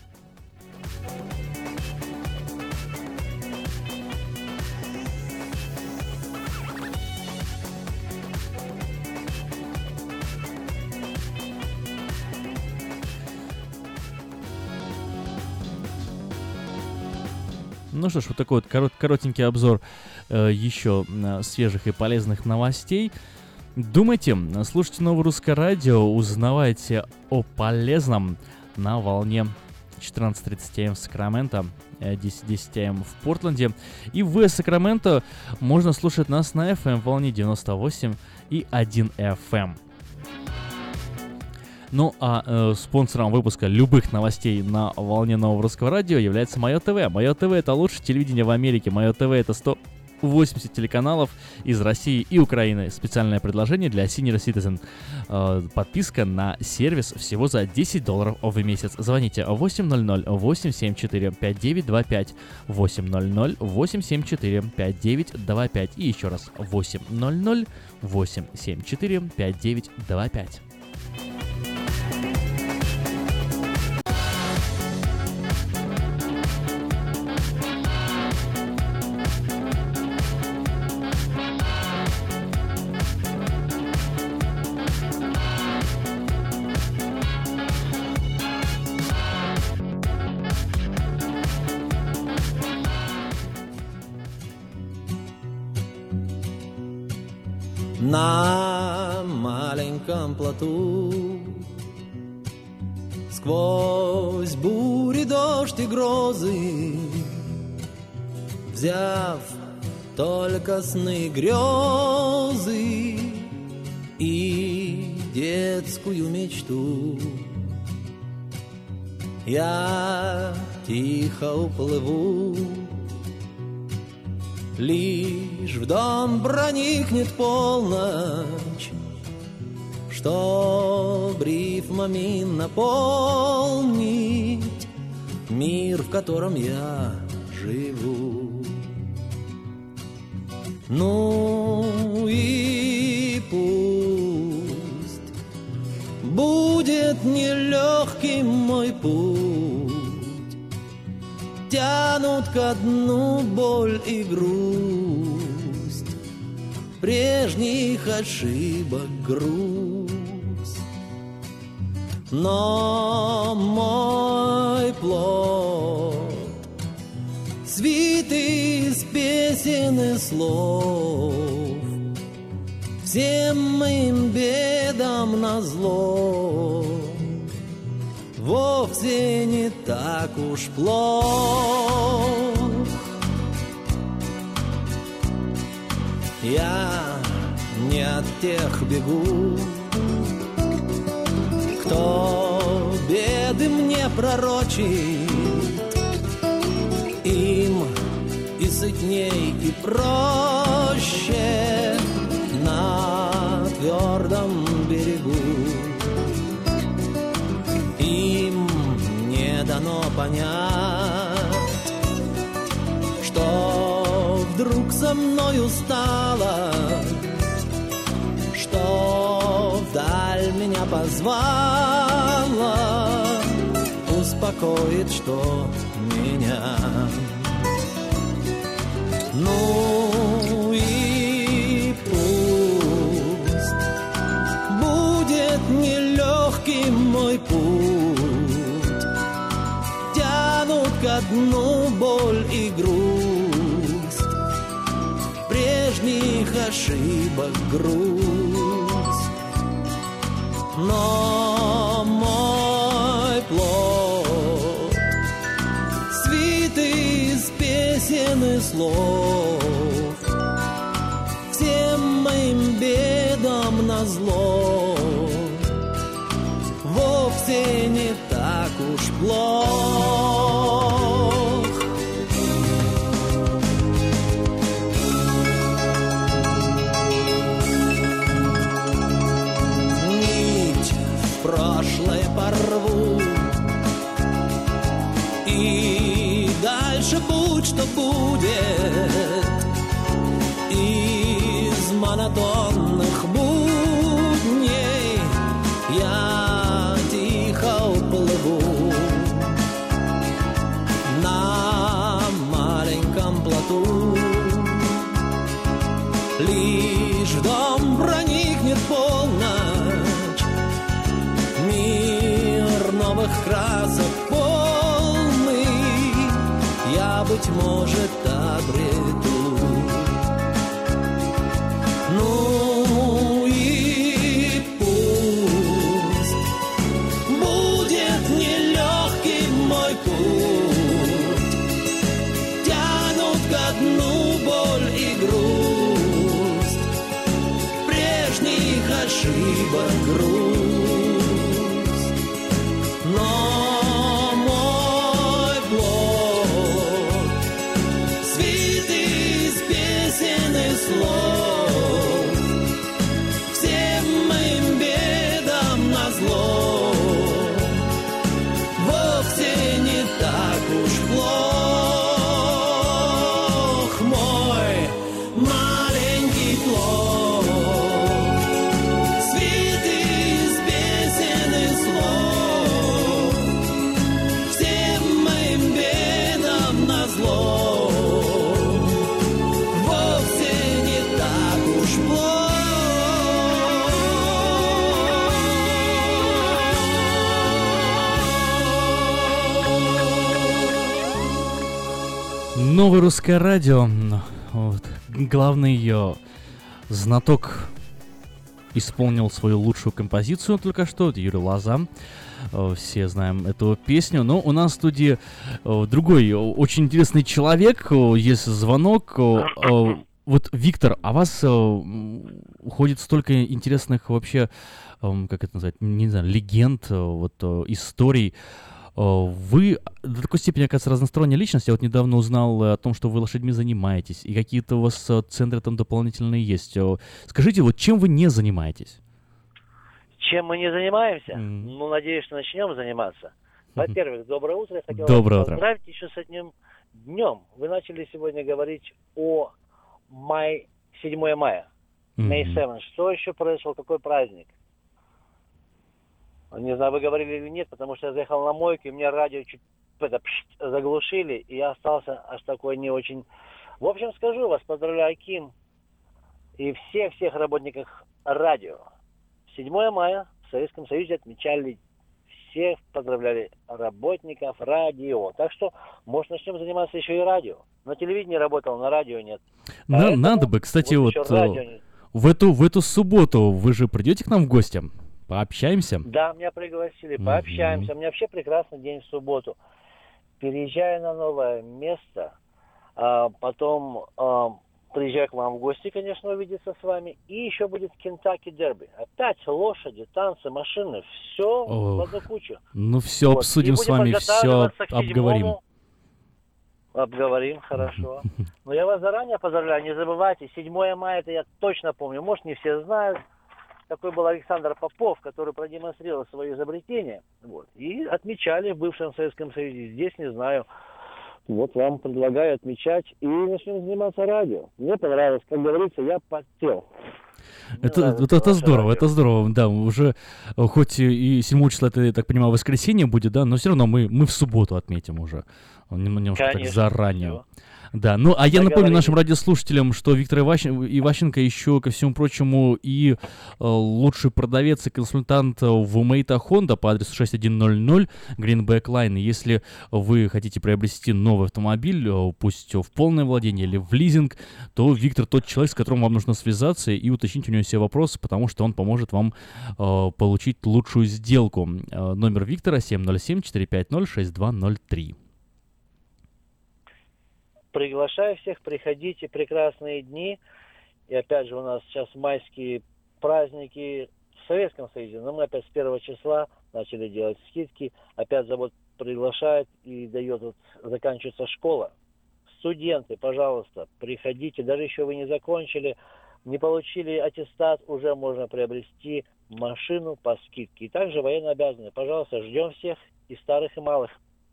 Ну что ж, вот такой вот коротенький обзор еще свежих и полезных новостей. Думайте, слушайте Новое Русское Радио, узнавайте о полезном на волне 14:30 АМ в Сакраменто, 10:10 АМ в Портленде. И в Сакраменто можно слушать нас на FM волне 98,1 FM. Ну а спонсором выпуска любых новостей на волне Нового Русского Радио является Мое ТВ. Мое ТВ — это лучшее телевидение в Америке. Мое ТВ — это 180 телеканалов из России и Украины. Специальное предложение для Senior Citizen. Подписка на сервис всего за $10 в месяц. Звоните 800-874-5925. 800-874-5925. И еще раз 800-874-5925. На маленьком плоту сквозь бури, дождь и грозы, взяв только сны, грезы и детскую мечту, я тихо уплыву. Лишь в дом проникнет полночь, чтоб рифмами наполнить мир, в котором я живу. Ну и пусть будет нелегким мой путь, тянут ко дну боль и грусть, прежних ошибок груз. Но мой плод свит из песен и слов, всем моим бедам назло вовсе не так уж плох. Я не от тех бегу, кто беды мне пророчит. Им и сытней, и проще на твердом берегу. Им не дано понять, что вдруг со мною стало, что вдаль меня позвала, успокоит, что меня. Ну и пусть будет нелегким одну боль и грусть, прежних ошибок грусть. Но мой плод свит из песен и слов, всем моим бедам назло, вовсе не так уж плох. Нить в прошлое порву, и дальше будь что будет. Из монотонных будней я тихо уплыву на маленьком плоту. Лишь в дом проникнет полночь, мир новых красок полный, я, быть может, обрету. Ну и пусть будет нелегкий мой путь, тянут ко дну боль и грусть, прежних ошибок грусть. Но мой плод свит из песен и слов, так уж плох. Мой маленький плод свит из песен и слов, всем моим бедам назло, вовсе не так уж плох. Новое русское радио. Вот. Главный ее знаток исполнил свою лучшую композицию только что. Это Юрий Лоза. Все знаем эту песню. Но у нас в студии другой очень интересный человек. Есть звонок. Вот, Виктор, а вас уходит столько интересных вообще, как это назвать, не знаю, легенд, вот, историй. Вы до такой степени, оказывается, разносторонняя личность. Я вот недавно узнал о том, что вы лошадьми занимаетесь, и какие-то у вас центры там дополнительные есть. Скажите, вот чем вы не занимаетесь? Чем мы не занимаемся? Ну, надеюсь, что начнем заниматься. Во-первых, доброе утро. Я хотел вас поздравить еще с одним днем. Вы начали сегодня говорить о 7 мая. May 7. Что еще произошло? Какой праздник? Не знаю, вы говорили или нет, потому что я заехал на мойку, и мне радио чуть заглушили, и я остался аж такой не очень... В общем, скажу вас, поздравляю, Аким и всех работников радио. 7 мая в Советском Союзе отмечали, всех поздравляли работников радио. Так что, может, начнем заниматься еще и радио. На телевидении работал, на радио нет. Надо бы, кстати, вот в эту субботу вы же придете к нам в гости? Пообщаемся? Да, меня пригласили, пообщаемся. У меня вообще прекрасный день в субботу. Переезжаю на новое место, потом приезжаю к вам в гости, конечно, увидеться с вами. И еще будет Кентаки Дерби. Опять лошади, танцы, машины, все в одну кучу. Ну все, вот. Обсудим с вами, все обговорим. Обговорим, хорошо. Но я вас заранее поздравляю, не забывайте, 7 мая, это я точно помню, может, не все знают. Такой был Александр Попов, который продемонстрировал свое изобретение. Вот, и отмечали в бывшем Советском Союзе. Здесь не знаю. Вот вам предлагаю отмечать. И начнем заниматься радио. Мне понравилось. Как говорится, я подтел. Это здорово, это здорово. Да, уже хоть и 7 числа, это, я так понимаю, воскресенье будет, да, но все равно мы в субботу отметим уже. Немножко так заранее. Да, ну а я напомню нашим радиослушателям, что Виктор Иващенко еще, ко всему прочему, и лучший продавец и консультант в Мэйта Honda по адресу 6100 Greenback Line. Если вы хотите приобрести новый автомобиль, пусть в полное владение или в лизинг, то Виктор тот человек, с которым вам нужно связаться и уточнить у него все вопросы, потому что он поможет вам получить лучшую сделку. Номер Виктора 707-450-6203. Приглашаю всех, приходите, прекрасные дни. И опять же у нас сейчас майские праздники в Советском Союзе, но мы опять с 1 числа начали делать скидки. Опять завод приглашает и дает, вот, заканчивается школа. Студенты, пожалуйста, приходите, даже еще вы не закончили, не получили аттестат, уже можно приобрести машину по скидке. И также военнообязанные, пожалуйста, ждем всех, и старых, и малых.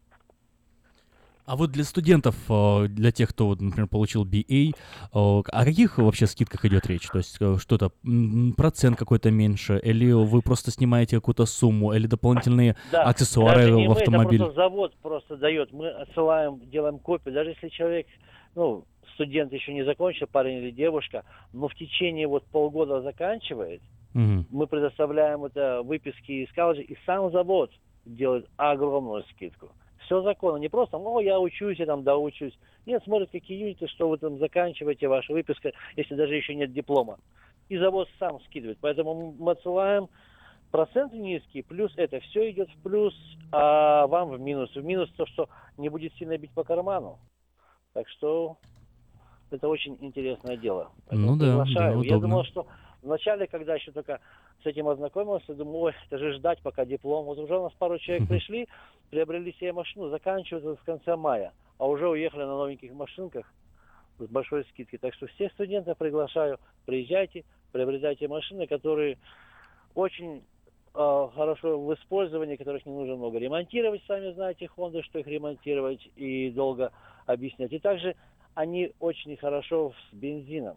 А вот для студентов, для тех, кто, например, получил BA, о каких вообще скидках идет речь? То есть что-то, процент какой-то меньше, или вы просто снимаете какую-то сумму, или дополнительные аксессуары в автомобиль? Это просто завод просто дает, мы отсылаем, делаем копию, даже если человек, студент еще не закончил, парень или девушка, но в течение полгода заканчивает, мы предоставляем это выписки из колледжа, и сам завод делает огромную скидку. Все законно, не просто, я учусь, я там доучусь. Нет, смотрят, какие юниты, что вы там заканчиваете, ваша выписка, если даже еще нет диплома. И завод сам скидывает. Поэтому мы отсылаем, проценты низкие, плюс это все идет в плюс, а вам в минус. В минус то, что не будет сильно бить по карману. Так что это очень интересное дело. Поэтому приглашаю. Я думал, что вначале, когда еще только с этим ознакомился, думаю, это же ждать, пока диплом. Вот уже у нас пару человек пришли, приобрели себе машину, заканчивают в конце мая, а уже уехали на новеньких машинках с большой скидкой. Так что всех студентов приглашаю, приезжайте, приобретайте машины, которые очень хорошо в использовании, которых не нужно много ремонтировать, сами знаете, Honda, что их ремонтировать и долго объяснять. И также они очень хорошо с бензином.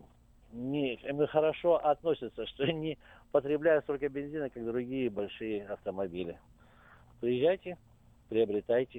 Хорошо относятся, что не потребляют столько бензина, как другие большие автомобили. Приезжайте, приобретайте.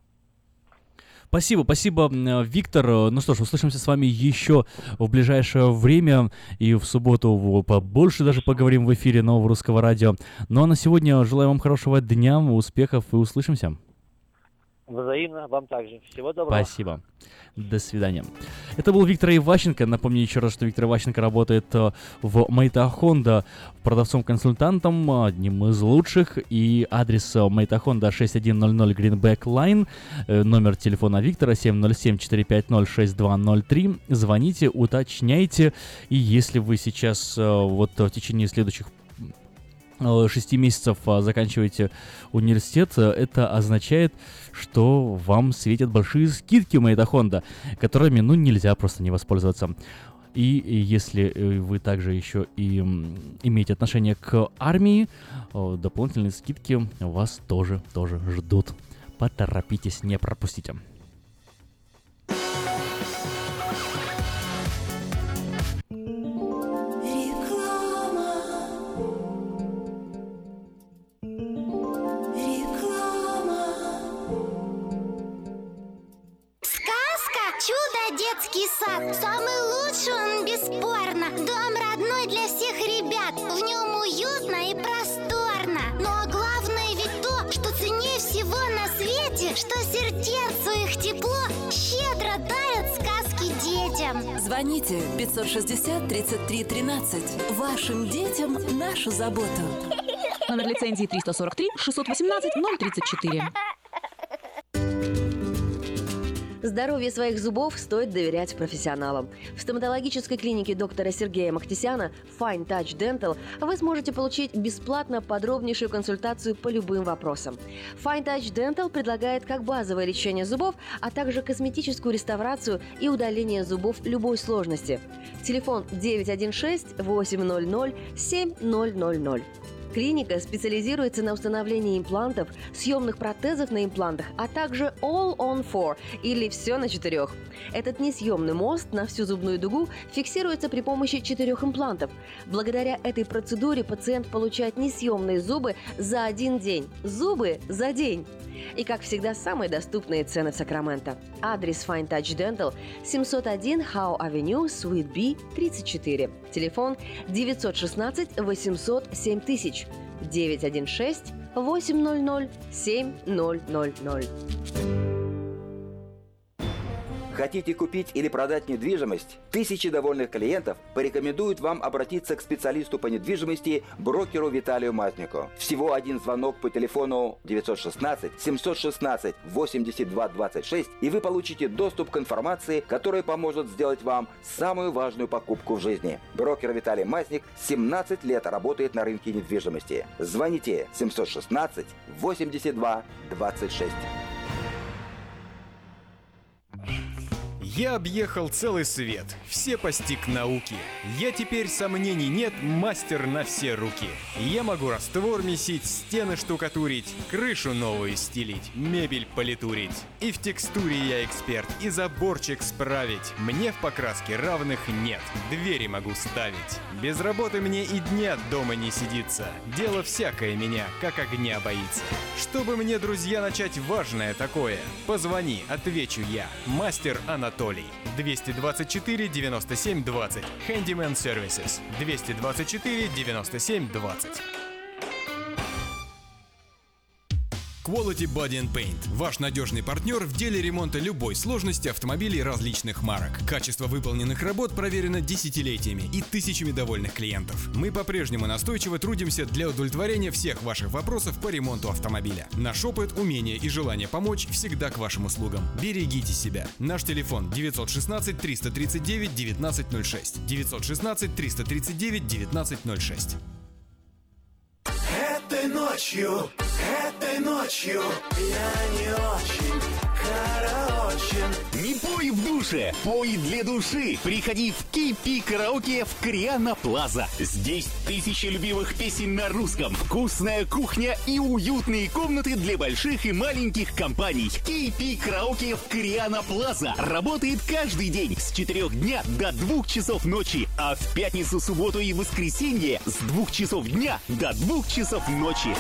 Спасибо, Виктор. Ну что ж, услышимся с вами еще в ближайшее время, и в субботу побольше даже поговорим в эфире Нового Русского Радио. Ну а на сегодня желаю вам хорошего дня, успехов и услышимся. Взаимно, вам также. Всего доброго. Спасибо. До свидания. Это был Виктор Иващенко. Напомню еще раз, что Виктор Иващенко работает в Мэйта Honda продавцом-консультантом, одним из лучших. И адрес Мэйта Honda 6100 Greenback Line. Номер телефона Виктора 707-450-6203. Звоните, уточняйте. И если вы сейчас в течение следующих 6 месяцев заканчиваете университет, это означает, что вам светят большие скидки у Мэйта Honda, которыми, нельзя просто не воспользоваться. И если вы также еще и имеете отношение к армии, дополнительные скидки вас тоже ждут. Поторопитесь, не пропустите. Детский сад. Самый лучший он, бесспорно. Дом родной для всех ребят. В нем уютно и просторно. Но главное ведь то, что ценнее всего на свете, что сердцу их тепло щедро дарят сказки детям. Звоните 560-33-13. Вашим детям нашу заботу. Номер лицензии 343-618-034. Здоровье своих зубов стоит доверять профессионалам. В стоматологической клинике доктора Сергея Махтисяна Fine Touch Dental вы сможете получить бесплатно подробнейшую консультацию по любым вопросам. Fine Touch Dental предлагает как базовое лечение зубов, а также косметическую реставрацию и удаление зубов любой сложности. Телефон 916-800-7000. Клиника специализируется на установлении имплантов, съемных протезов на имплантах, а также All on 4 или «Все на 4». Этот несъемный мост на всю зубную дугу фиксируется при помощи 4 имплантов. Благодаря этой процедуре пациент получает несъемные зубы за 1 день. Зубы за день! И, как всегда, самые доступные цены в Сакраменто. Адрес Fine Touch Dental, 701 Howe Avenue, Suite B, 34. Телефон 916 800 7000 916 800 7000. Хотите купить или продать недвижимость? Тысячи довольных клиентов порекомендуют вам обратиться к специалисту по недвижимости, брокеру Виталию Мазнику. Всего один звонок по телефону 916-716-8226, и вы получите доступ к информации, которая поможет сделать вам самую важную покупку в жизни. Брокер Виталий Мазник 17 лет работает на рынке недвижимости. Звоните 716-8226. Я объехал целый свет, все постиг науки. Я теперь, сомнений нет, мастер на все руки. Я могу раствор месить, стены штукатурить, крышу новую стелить, мебель политурить. И в текстуре я эксперт, и заборчик справить. Мне в покраске равных нет, двери могу ставить. Без работы мне и дня дома не сидится. Дело всякое меня, как огня боится. Чтобы мне, друзья, начать важное такое, позвони, отвечу я. Мастер Анатолий. 224 97 20. Handyman Services. 224 97 20. Quality Body and Paint – ваш надежный партнер в деле ремонта любой сложности автомобилей различных марок. Качество выполненных работ проверено десятилетиями и тысячами довольных клиентов. Мы по-прежнему настойчиво трудимся для удовлетворения всех ваших вопросов по ремонту автомобиля. Наш опыт, умение и желание помочь всегда к вашим услугам. Берегите себя. Наш телефон 916 339 1906. 916 339 1906. Этой ночью я не очень караочен. Не пой в душе, пой для души. Приходи в KP Караоке в Криана Плаза. Здесь тысячи любимых песен на русском, вкусная кухня и уютные комнаты для больших и маленьких компаний. KP Караоке в Криана Плаза работает каждый день с 4 дня до 2 часов ночи, а в пятницу, субботу и воскресенье с 2 часов дня до 2 часов ночи.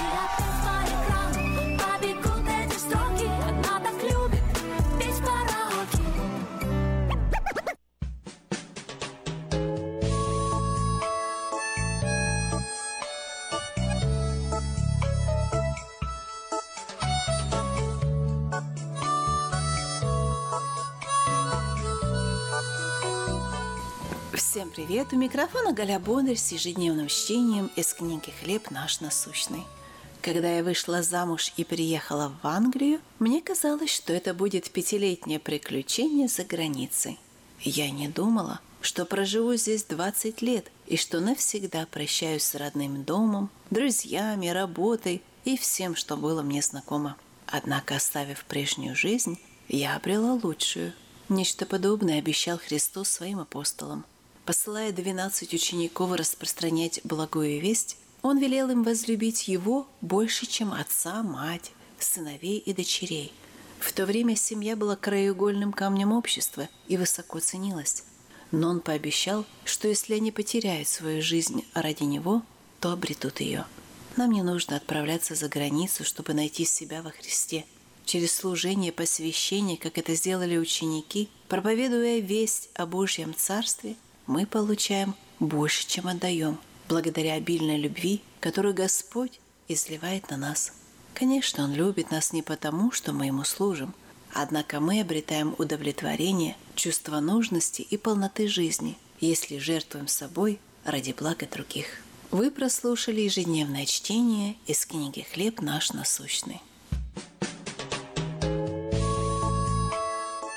Всем привет! У микрофона Галя Бондарь с ежедневным чтением из книги «Хлеб наш насущный». Когда я вышла замуж и переехала в Англию, мне казалось, что это будет 5-летнее приключение за границей. Я не думала, что проживу здесь 20 лет и что навсегда прощаюсь с родным домом, друзьями, работой и всем, что было мне знакомо. Однако, оставив прежнюю жизнь, я обрела лучшую. Нечто подобное обещал Христос своим апостолам. Посылая 12 учеников распространять благую весть, Он велел им возлюбить Его больше, чем отца, мать, сыновей и дочерей. В то время семья была краеугольным камнем общества и высоко ценилась. Но Он пообещал, что если они потеряют свою жизнь ради Него, то обретут ее. Нам не нужно отправляться за границу, чтобы найти себя во Христе. Через служение, посвящение, как это сделали ученики, проповедуя весть о Божьем Царстве, мы получаем больше, чем отдаем, благодаря обильной любви, которую Господь изливает на нас. Конечно, Он любит нас не потому, что мы Ему служим, однако мы обретаем удовлетворение, чувство нужности и полноты жизни, если жертвуем собой ради блага других. Вы прослушали ежедневное чтение из книги «Хлеб наш насущный».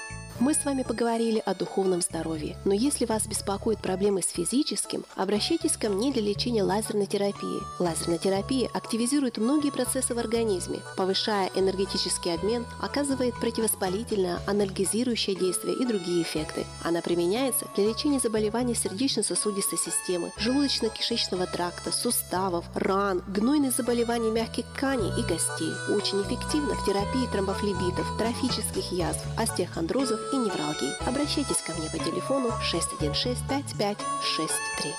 Мы с вами поговорили о духовном здоровье, но если вас беспокоят проблемы с физическим, обращайтесь ко мне для лечения лазерной терапии. Лазерная терапия активизирует многие процессы в организме, повышая энергетический обмен, оказывает противовоспалительное, анальгезирующее действие и другие эффекты. Она применяется для лечения заболеваний сердечно-сосудистой системы, желудочно-кишечного тракта, суставов, ран, гнойных заболеваний мягких тканей и костей. Очень эффективно в терапии тромбофлебитов, трофических язв, остеохондрозов и невралгии. Обращайтесь ко мне по телефону 616-5563.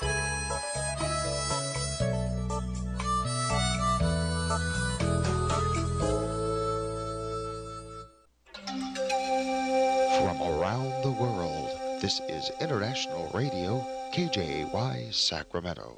From around the world, this is International Radio, KJY, Sacramento.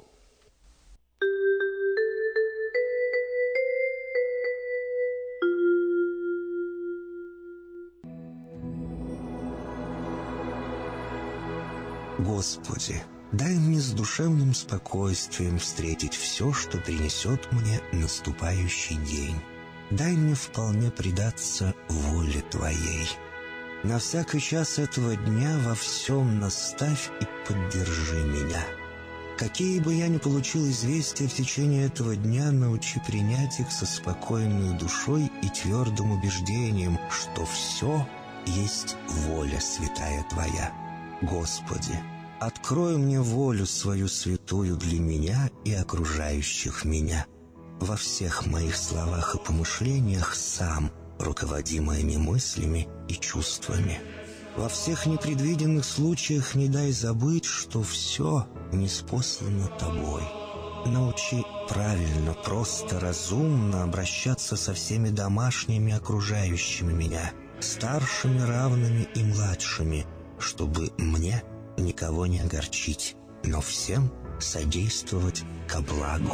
Господи, дай мне с душевным спокойствием встретить все, что принесет мне наступающий день. Дай мне вполне предаться воле Твоей. На всякий час этого дня во всем наставь и поддержи меня. Какие бы я ни получил известия в течение этого дня, научи принять их со спокойной душой и твердым убеждением, что все есть воля святая Твоя. Господи, открой мне волю свою святую для меня и окружающих меня. Во всех моих словах и помышлениях сам руководи моими мыслями и чувствами. Во всех непредвиденных случаях не дай забыть, что все ниспослано Тобой. Научи правильно, просто, разумно обращаться со всеми домашними окружающими меня, старшими, равными и младшими, чтобы мне никого не огорчить, но всем содействовать ко благу.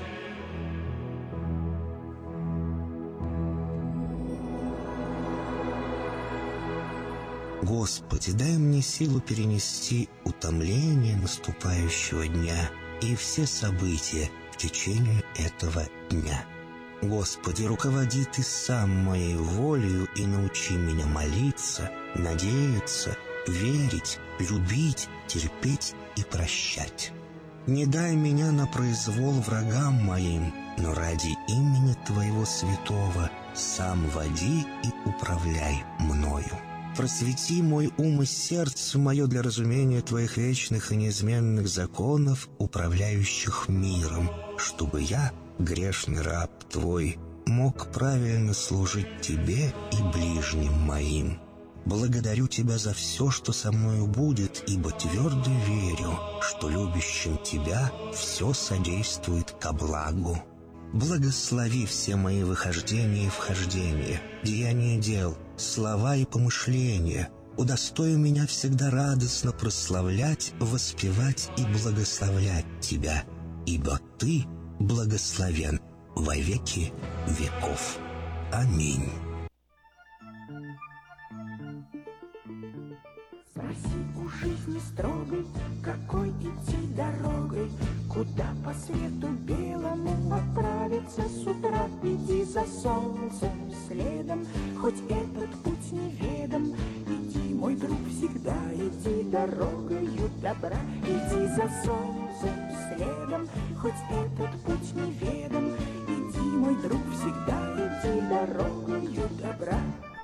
Господи, дай мне силу перенести утомление наступающего дня и все события в течение этого дня. Господи, руководи Ты сам моей волею и научи меня молиться, надеяться, верить, любить, терпеть и прощать. Не дай меня на произвол врагам моим, но ради имени Твоего святого сам води и управляй мною. Просвети мой ум и сердце мое для разумения Твоих вечных и неизменных законов, управляющих миром, чтобы я, грешный раб Твой, мог правильно служить Тебе и ближним моим. Благодарю Тебя за все, что со мною будет, ибо твердо верю, что любящим Тебя все содействует ко благу. Благослови все мои выхождения и вхождения, деяния дел, слова и помышления. Удостой меня всегда радостно прославлять, воспевать и благословлять Тебя, ибо Ты благословен во веки веков. Аминь. Спроси у жизни строгой, какой идти дорогой, куда по свету белому отправиться с утра. Иди за солнцем следом, хоть этот путь неведом. Иди, мой друг, всегда иди дорогою добра. Иди за солнцем следом, хоть этот путь неведом. Иди, мой друг, всегда иди дорогою добра.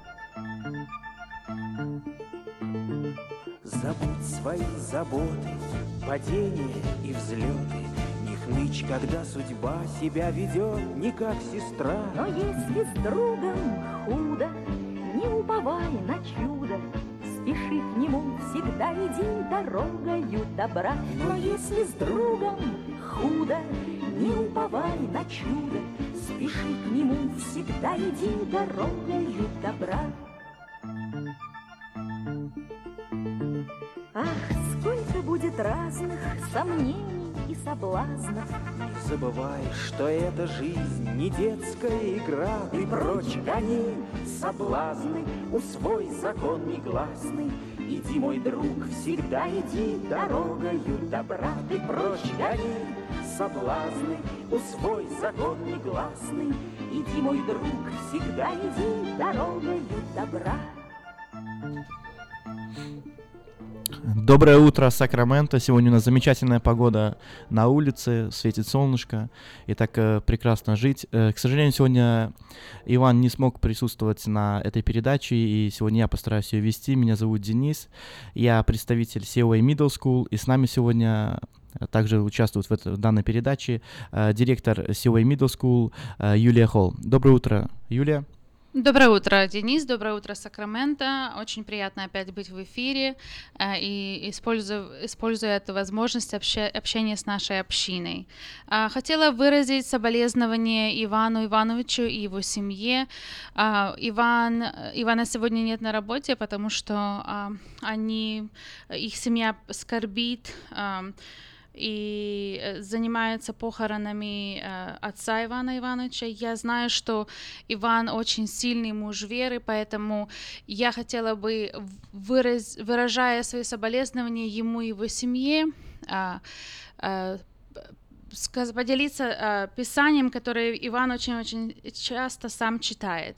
Забудь свои заботы, падения и взлеты. Не хнычь, когда судьба себя ведет не как сестра. Но если с другом худо, не уповай на чудо. Спеши к нему, всегда иди дорогою добра. Но если с другом худо, не уповай на чудо. Спеши к нему, всегда иди дорогою добра. Ах, сколько будет разных сомнений и соблазнов. Не забывай, что эта жизнь не детская игра. И прочь гони соблазны, усвой закон негласный. Иди, мой друг, всегда иди дорогою добра. И прочь гони соблазны, усвой закон негласный. Иди, мой друг, всегда иди дорогою добра. Доброе утро, Сакраменто. Сегодня у нас замечательная погода на улице, светит солнышко, и так прекрасно жить. К сожалению, сегодня Иван не смог присутствовать на этой передаче, и сегодня я постараюсь ее вести. Меня зовут Денис, я представитель COA Middle School, и с нами сегодня также участвует в данной передаче директор COA Middle School Юлия Холл. Доброе утро, Юлия. Доброе утро, Денис. Доброе утро, Сакраменто. Очень приятно опять быть в эфире и используя эту возможность общения с нашей общиной. Хотела выразить соболезнования Ивану Ивановичу и его семье. Ивана сегодня нет на работе, потому что их семья скорбит и занимается похоронами отца Ивана Ивановича. Я знаю, что Иван очень сильный муж веры, поэтому я хотела бы, выражая свои соболезнования ему и его семье, поделиться Писанием, которое Иван очень-очень часто сам читает.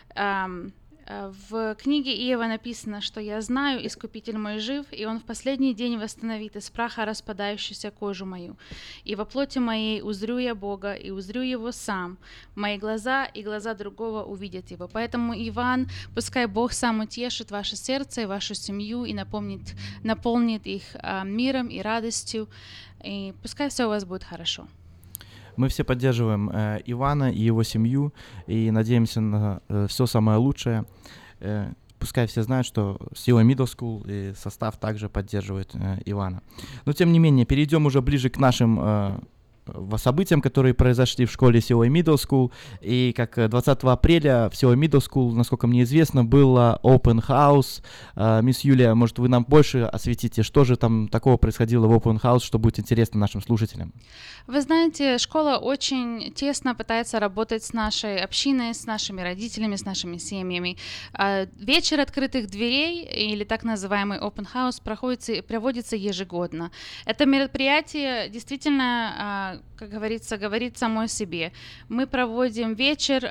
В книге Иова написано, что «Я знаю, Искупитель мой жив, и он в последний день восстановит из праха распадающуюся кожу мою. И во плоти моей узрю я Бога, и узрю его сам. Мои глаза и глаза другого увидят его». Поэтому, Иван, пускай Бог сам утешит ваше сердце и вашу семью и наполнит их миром и радостью, и пускай все у вас будет хорошо. Мы все поддерживаем Ивана и его семью и надеемся на все самое лучшее. Пускай все знают, что COA Middle School и состав также поддерживает Ивана. Но тем не менее, перейдем уже ближе к нашим событиям, которые произошли в школе COA Middle School. И как 20 апреля в COA Middle School, насколько мне известно, было Open House. Мисс Юлия, может, вы нам больше осветите, что же там такого происходило в Open House, что будет интересно нашим слушателям? Вы знаете, школа очень тесно пытается работать с нашей общиной, с нашими родителями, с нашими семьями. Вечер открытых дверей, или так называемый Open House, проводится ежегодно. Это мероприятие действительно, как говорится, говорит само о себе. Мы проводим вечер,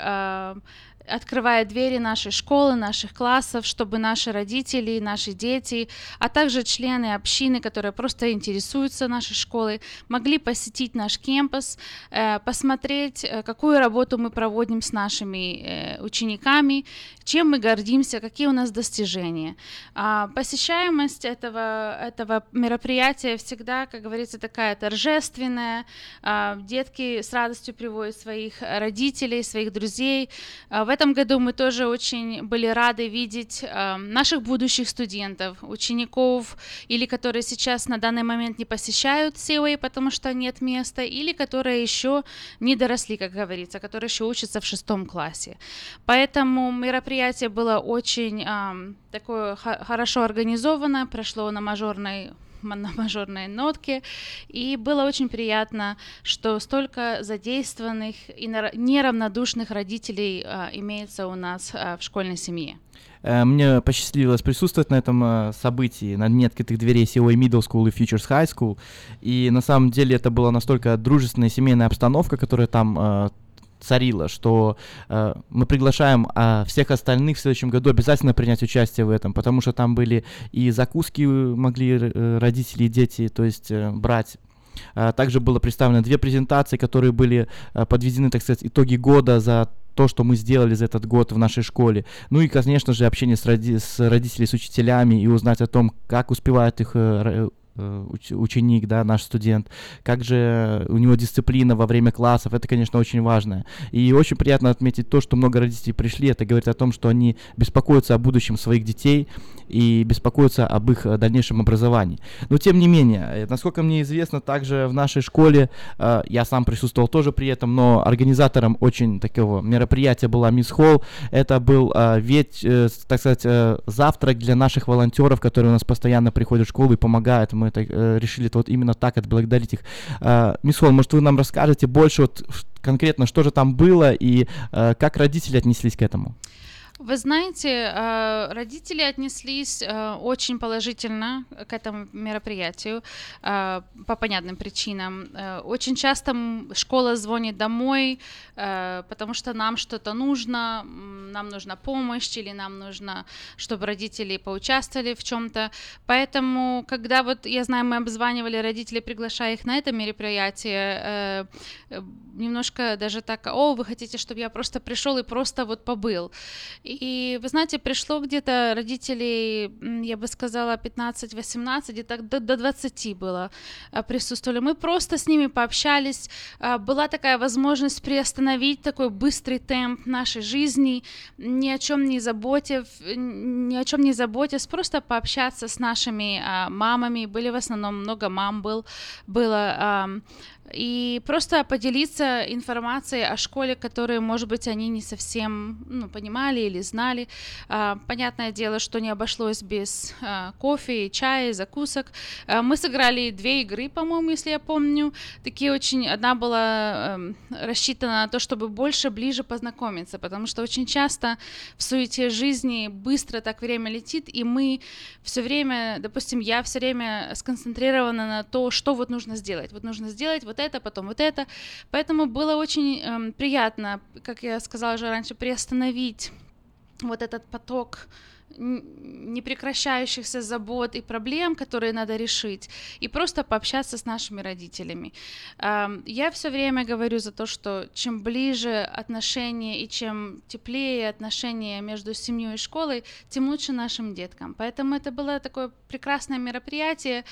открывая двери нашей школы, наших классов, чтобы наши родители, наши дети, а также члены общины, которые просто интересуются нашей школой, могли посетить наш кампус, посмотреть, какую работу мы проводим с нашими учениками, чем мы гордимся, какие у нас достижения. Посещаемость этого мероприятия всегда, как говорится, такая торжественная. Детки с радостью приводят своих родителей, своих друзей. В этом году мы тоже очень были рады видеть наших будущих студентов, учеников, или которые сейчас на данный момент не посещают COA, потому что нет места, или которые еще не доросли, как говорится, которые еще учатся в 6 классе. Поэтому мероприятие было очень такое хорошо организовано, прошло на мажорной нотке, и было очень приятно, что столько задействованных и неравнодушных родителей имеется у нас в школьной семье. Мне посчастливилось присутствовать на этом событии, на дне открытых дверей COA Middle School и Futures High School, и на самом деле это была настолько дружественная семейная обстановка, которая там царила, что мы приглашаем всех остальных в следующем году обязательно принять участие в этом, потому что там были и закуски могли родители и дети, то есть брать. Также было представлено 2 презентации, которые были подведены, так сказать, итоги года за то, что мы сделали за этот год в нашей школе. Ну и, конечно же, общение с родителями, с учителями и узнать о том, как успевает их ученик, да, наш студент, как же у него дисциплина во время классов, это, конечно, очень важно. И очень приятно отметить то, что много родителей пришли, это говорит о том, что они беспокоятся о будущем своих детей и беспокоятся об их дальнейшем образовании. Но, тем не менее, насколько мне известно, также в нашей школе, я сам присутствовал тоже при этом, но организатором очень такого мероприятия была мисс Холл. Это был так сказать, завтрак для наших волонтеров, которые у нас постоянно приходят в школу и помогают. Мы решили вот именно так отблагодарить их. Мисс Холл, может, вы нам расскажете больше вот конкретно, что же там было и как родители отнеслись к этому? Вы знаете, родители отнеслись очень положительно к этому мероприятию по понятным причинам. Очень часто школа звонит домой, потому что нам что-то нужно, нам нужна помощь или нам нужно, чтобы родители поучаствовали в чем-то. Поэтому, когда вот, я знаю, мы обзванивали родителей, приглашая их на это мероприятие, немножко даже так, вы хотите, чтобы я просто пришел и просто вот побыл. И, вы знаете, пришло где-то родителей, я бы сказала, 15-18, где-то до 20 было присутствовали. Мы просто с ними пообщались. Была такая возможность приостановить такой быстрый темп нашей жизни, ни о чем не заботясь, просто пообщаться с нашими мамами. Были в основном много мам было. И просто поделиться информацией о школе, которую, может быть, они не совсем понимали или знали. Понятное дело, что не обошлось без кофе, чая, закусок. Мы сыграли 2 игры, по-моему, если я помню. Такие очень... Одна была рассчитана на то, чтобы ближе познакомиться, потому что очень часто в суете жизни быстро так время летит, и мы все время, допустим, я все время сконцентрирована на то, что вот нужно сделать. Вот нужно сделать вот это, потом вот это. Поэтому было очень приятно, как я сказала уже раньше, приостановить вот этот поток непрекращающихся забот и проблем, которые надо решить, и просто пообщаться с нашими родителями. Я все время говорю за то, что чем ближе отношения и чем теплее отношения между семьей и школой, тем лучше нашим деткам. Поэтому это было такое прекрасное мероприятие,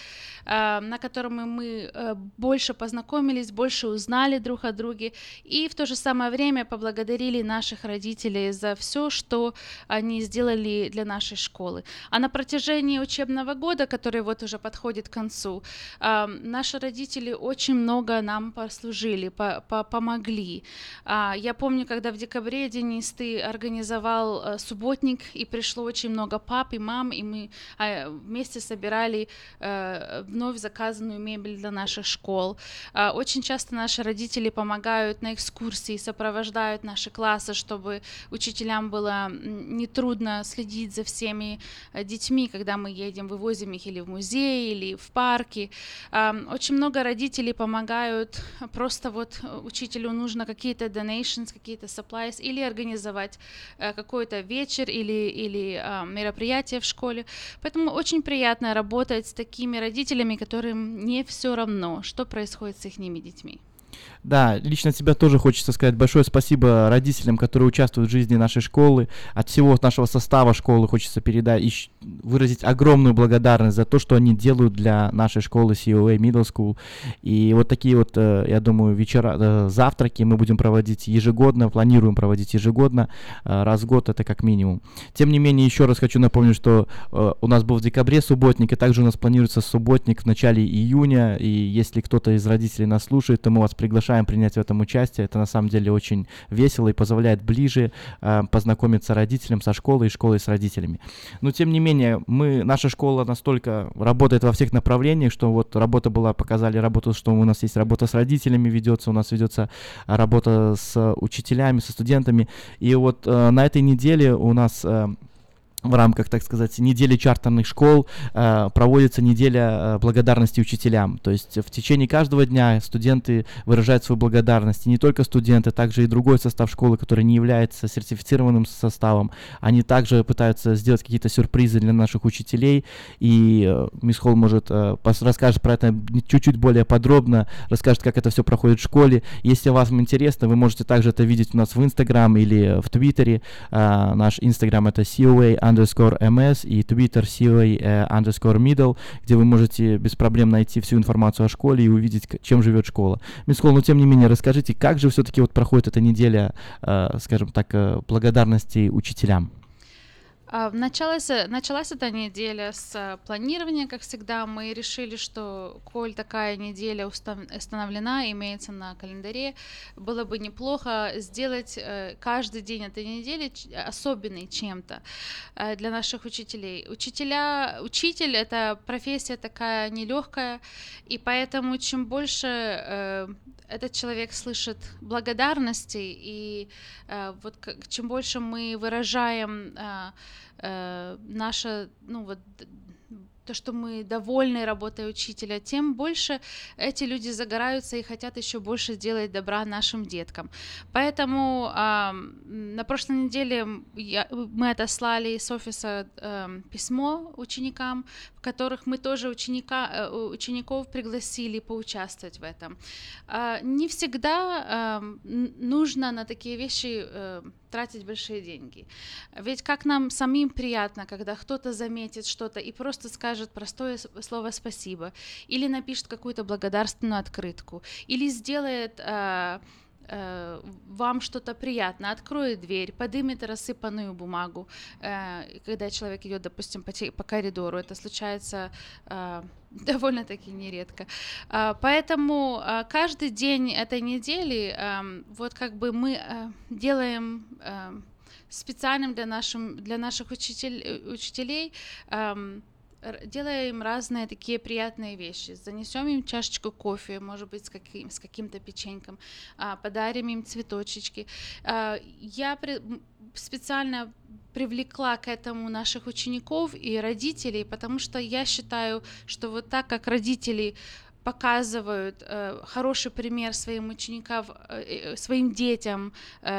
на котором мы больше познакомились, больше узнали друг о друге, и в то же самое время поблагодарили наших родителей за все, что они сделали для нашей школы. А на протяжении учебного года, который вот уже подходит к концу, наши родители очень много нам послужили, помогли. Я помню, когда в декабре Денис, ты организовал субботник, и пришло очень много пап и мам, и мы вместе собирали вновь заказанную мебель для наших школ. Очень часто наши родители помогают на экскурсии, сопровождают наши классы, чтобы учителям было нетрудно следить за всеми детьми, когда мы едем, вывозим их или в музей, или в парки. Очень много родителей помогают, просто вот учителю нужно какие-то donations, какие-то supplies, или организовать какой-то вечер или мероприятие в школе. Поэтому очень приятно работать с такими родителями, которым не все равно, что происходит с их детьми. Да, лично от себя тоже хочется сказать большое спасибо родителям, которые участвуют в жизни нашей школы. От всего нашего состава школы хочется выразить огромную благодарность за то, что они делают для нашей школы COA Middle School. И вот такие вот, я думаю, завтраки мы будем проводить ежегодно, планируем проводить ежегодно, раз в год это как минимум. Тем не менее, еще раз хочу напомнить, что у нас был в декабре субботник, и также у нас планируется субботник в начале июня, и если кто-то из родителей нас слушает, то мы вас приглашаем принять в этом участие. Это на самом деле очень весело и позволяет ближе познакомиться родителям со школой и школой с родителями. Но тем не менее, наша школа настолько работает во всех направлениях, что вот показали работу, что у нас есть работа с родителями ведется, у нас ведется работа с учителями, со студентами. И вот на этой неделе у нас в рамках, так сказать, недели чартерных школ проводится неделя благодарности учителям. То есть в течение каждого дня студенты выражают свою благодарность. И не только студенты, также и другой состав школы, который не является сертифицированным составом. Они также пытаются сделать какие-то сюрпризы для наших учителей. И мисс Холл, может, расскажет про это чуть-чуть более подробно, расскажет, как это все проходит в школе. Если вам интересно, вы можете также это видеть у нас в Instagram или в Твиттере. Наш Instagram это COA_MS и Twitter COA_middle, где вы можете без проблем найти всю информацию о школе и увидеть, чем живет школа. Мисс Холл, но тем не менее, расскажите, как же все-таки вот проходит эта неделя, скажем так, благодарности учителям? Началась эта неделя с планирования, как всегда. Мы решили, что, коль такая неделя установлена, имеется на календаре, было бы неплохо сделать каждый день этой недели особенный чем-то для наших учителей. Учитель — это профессия такая нелегкая, и поэтому чем больше этот человек слышит благодарности, и вот чем больше мы выражаем наше, то, что мы довольны работой учителя, тем больше эти люди загораются и хотят еще больше сделать добра нашим деткам. Поэтому на прошлой неделе мы отослали с офиса письмо ученикам, в которых мы тоже учеников пригласили поучаствовать в этом. Не всегда нужно на такие вещи тратить большие деньги. Ведь как нам самим приятно, когда кто-то заметит что-то и просто скажет простое слово «спасибо», или напишет какую-то благодарственную открытку, или сделает вам что-то приятное, откроет дверь, поднимет рассыпанную бумагу, когда человек идет, допустим, по коридору. Это случается довольно-таки нередко. Поэтому каждый день этой недели вот как бы мы делаем специальным для наших учителей, делаем разные такие приятные вещи. Занесем им чашечку кофе, может быть, с каким-то печеньком, подарим им цветочки. Я специально привлекла к этому наших учеников и родителей, потому что я считаю, что вот так как родители показывают хороший пример своим ученикам, своим детям,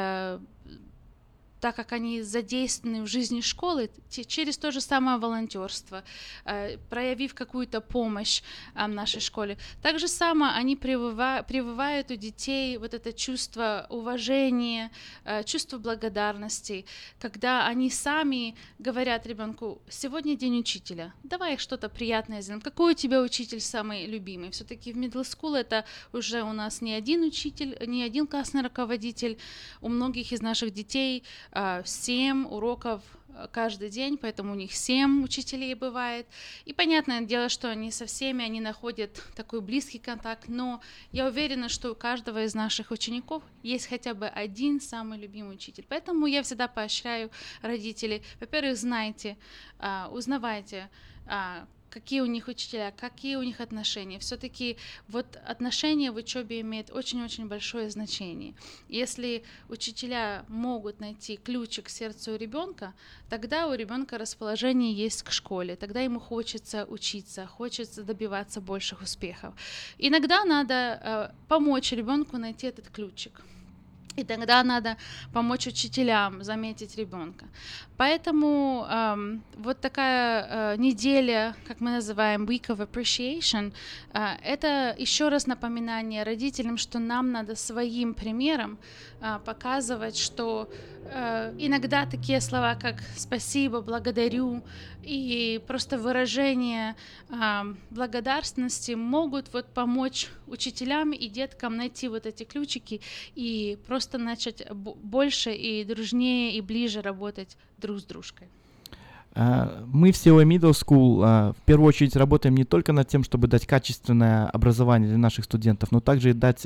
так как они задействованы в жизни школы, через то же самое волонтерство, проявив какую-то помощь нашей школе. Так же самое они прививают у детей вот это чувство уважения, чувство благодарности, когда они сами говорят ребенку: сегодня день учителя, давай что-то приятное сделаем. Какой у тебя учитель самый любимый? Все-таки в middle school это уже у нас не один учитель, не один классный руководитель, у многих из наших детей 7 уроков каждый день, поэтому у них 7 учителей бывает. И понятное дело, что они со всеми, они находят такой близкий контакт, но я уверена, что у каждого из наших учеников есть хотя бы один самый любимый учитель. Поэтому я всегда поощряю родителей: во-первых, знайте, узнавайте, какие у них учителя, какие у них отношения. Все-таки вот отношения в учебе имеют очень-очень большое значение. Если учителя могут найти ключик к сердцу ребенка, тогда у ребенка расположение есть к школе, тогда ему хочется учиться, хочется добиваться больших успехов. Иногда надо помочь ребенку найти этот ключик. И тогда надо помочь учителям заметить ребенка. Поэтому вот такая неделя, как мы называем Week of Appreciation, это еще раз напоминание родителям, что нам надо своим примером показывать, что иногда такие слова, как «спасибо», «благодарю» и просто выражение благодарности могут вот помочь учителям и деткам найти вот эти ключики и просто начать больше и дружнее и ближе работать друг с дружкой. Мы в COA Middle School в первую очередь работаем не только над тем, чтобы дать качественное образование для наших студентов, но также и дать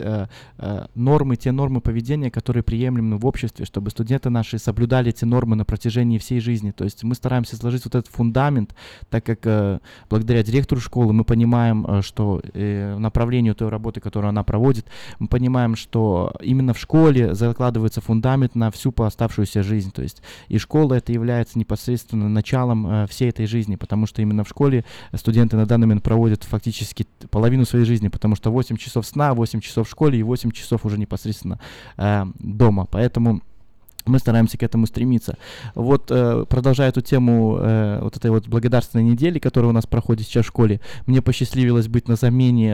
те нормы поведения, которые приемлемы в обществе, чтобы студенты наши соблюдали эти нормы на протяжении всей жизни. То есть мы стараемся сложить вот этот фундамент, так как благодаря директору школы мы понимаем, что направлению той работы, которую она проводит, мы понимаем, что именно в школе закладывается фундамент на всю оставшуюся жизнь. То есть и школа это является непосредственно началом всей этой жизни, потому что именно в школе студенты на данный момент проводят фактически половину своей жизни, потому что 8 часов сна, 8 часов в школе и 8 часов уже непосредственно дома. Поэтому мы стараемся к этому стремиться. Вот, продолжая эту тему вот этой вот благодарственной недели, которая у нас проходит сейчас в школе, мне посчастливилось быть на замене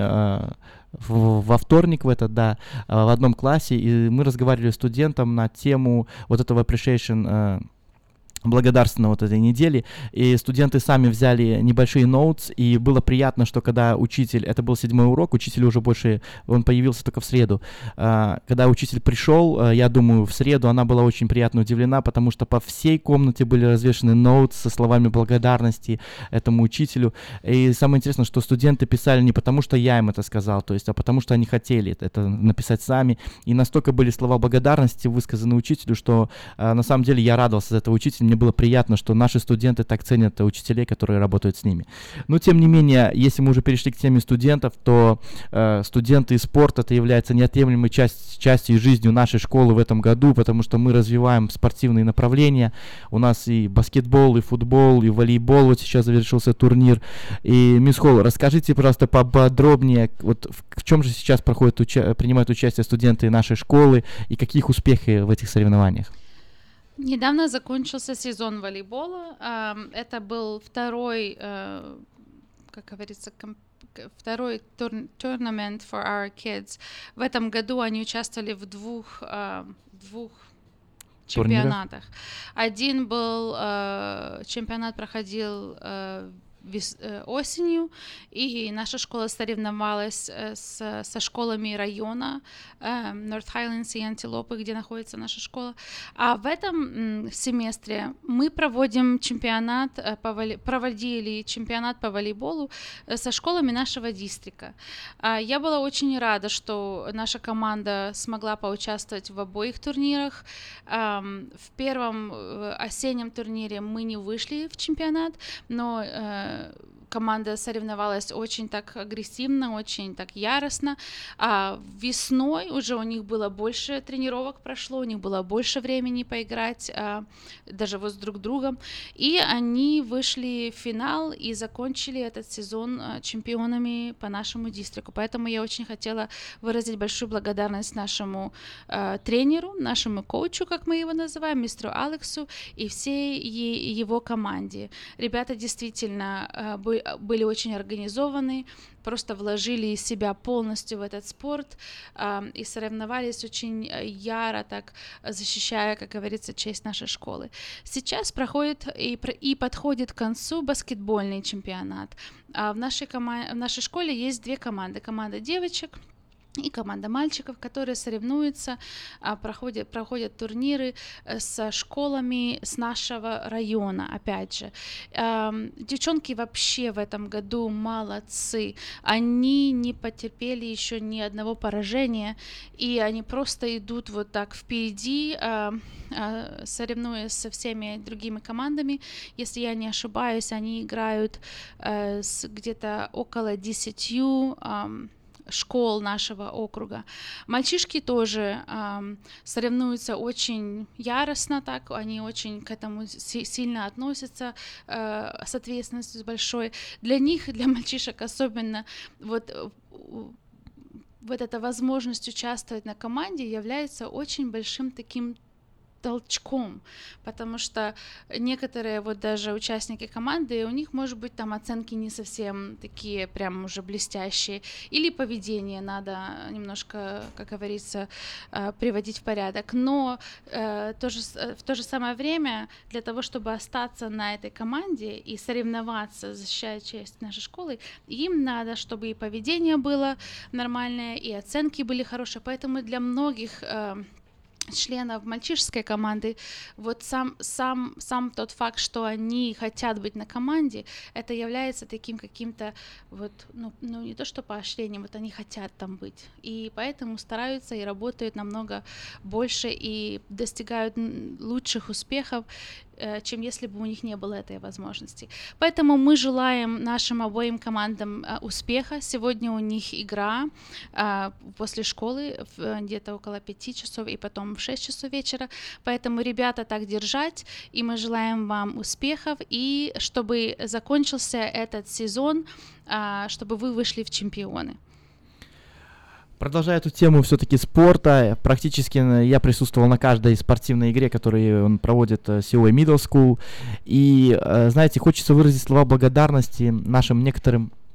во вторник в одном классе, и мы разговаривали с студентом на тему вот этого appreciation благодарственной вот этой недели, и студенты сами взяли небольшие ноутс, и было приятно, что когда учитель, это был 7-й урок, учитель уже больше, он появился только в среду, когда учитель пришел, я думаю, в среду, она была очень приятно удивлена, потому что по всей комнате были развешаны ноутс со словами благодарности этому учителю, и самое интересное, что студенты писали не потому, что я им это сказал, то есть, а потому, что они хотели это написать сами, и настолько были слова благодарности высказаны учителю, что на самом деле я радовался за этого учителя. Мне было приятно, что наши студенты так ценят учителей, которые работают с ними. Но, тем не менее, если мы уже перешли к теме студентов, то студенты и спорт это является неотъемлемой частью жизни нашей школы в этом году, потому что мы развиваем спортивные направления. У нас и баскетбол, и футбол, и волейбол. Вот сейчас завершился турнир. И, мисс Холл, расскажите, пожалуйста, поподробнее, вот в чем же сейчас принимают участие студенты нашей школы и каких успехов в этих соревнованиях? Недавно закончился сезон волейбола. Это был второй, как говорится, второй tournament for our kids. В этом году они участвовали в двух чемпионатах. Один был, чемпионат проходил осенью, и наша школа соревновалась со школами района North Highlands и Антилопы, где находится наша школа. А в этом семестре мы проводили чемпионат по волейболу со школами нашего дистрикта. Я была очень рада, что наша команда смогла поучаствовать в обоих турнирах. В первом осеннем турнире мы не вышли в чемпионат, но команда соревновалась очень так агрессивно, очень так яростно. А весной уже у них было больше тренировок прошло, у них было больше времени поиграть, даже вот с друг другом. И они вышли в финал и закончили этот сезон чемпионами по нашему дистрикту. Поэтому я очень хотела выразить большую благодарность нашему тренеру, нашему коучу, как мы его называем, мистеру Алексу, и всей его команде. Ребята действительно были очень организованы, просто вложили себя полностью в этот спорт и соревновались очень яро, так защищая, как говорится, честь нашей школы. Сейчас проходит и подходит к концу баскетбольный чемпионат. В нашей школе есть две команды. Команда девочек и команда мальчиков, которые соревнуются, проходят турниры со школами с нашего района, опять же. Девчонки вообще в этом году молодцы. Они не потерпели еще ни одного поражения, и они просто идут вот так впереди, соревнуясь со всеми другими командами. Если я не ошибаюсь, они играют с где-то около 10 школ нашего округа. Мальчишки тоже соревнуются очень яростно, так, они очень к этому сильно относятся, с ответственностью большой. Для них, для мальчишек особенно, вот эта возможность участвовать на команде является очень большим таким толчком, потому что некоторые вот даже участники команды, у них, может быть, там оценки не совсем такие прям уже блестящие, или поведение надо немножко, как говорится, приводить в порядок, но в то же самое время для того, чтобы остаться на этой команде и соревноваться, защищая честь нашей школы, им надо, чтобы и поведение было нормальное, и оценки были хорошие, поэтому для многих членов мальчишеской команды, вот сам тот факт, что они хотят быть на команде, это является таким каким-то вот, ну не то что поощрением, вот они хотят там быть, и поэтому стараются и работают намного больше и достигают лучших успехов, чем если бы у них не было этой возможности. Поэтому мы желаем нашим обоим командам успеха. Сегодня у них игра после школы где-то около 5 часов и потом в 6 часов вечера. Поэтому, ребята, так держать. И мы желаем вам успехов. И чтобы закончился этот сезон, чтобы вы вышли в чемпионы. Продолжая эту тему все-таки спорта, практически я присутствовал на каждой спортивной игре, которую он проводит COA Middle School. И, знаете, хочется выразить слова благодарности нашим некоторым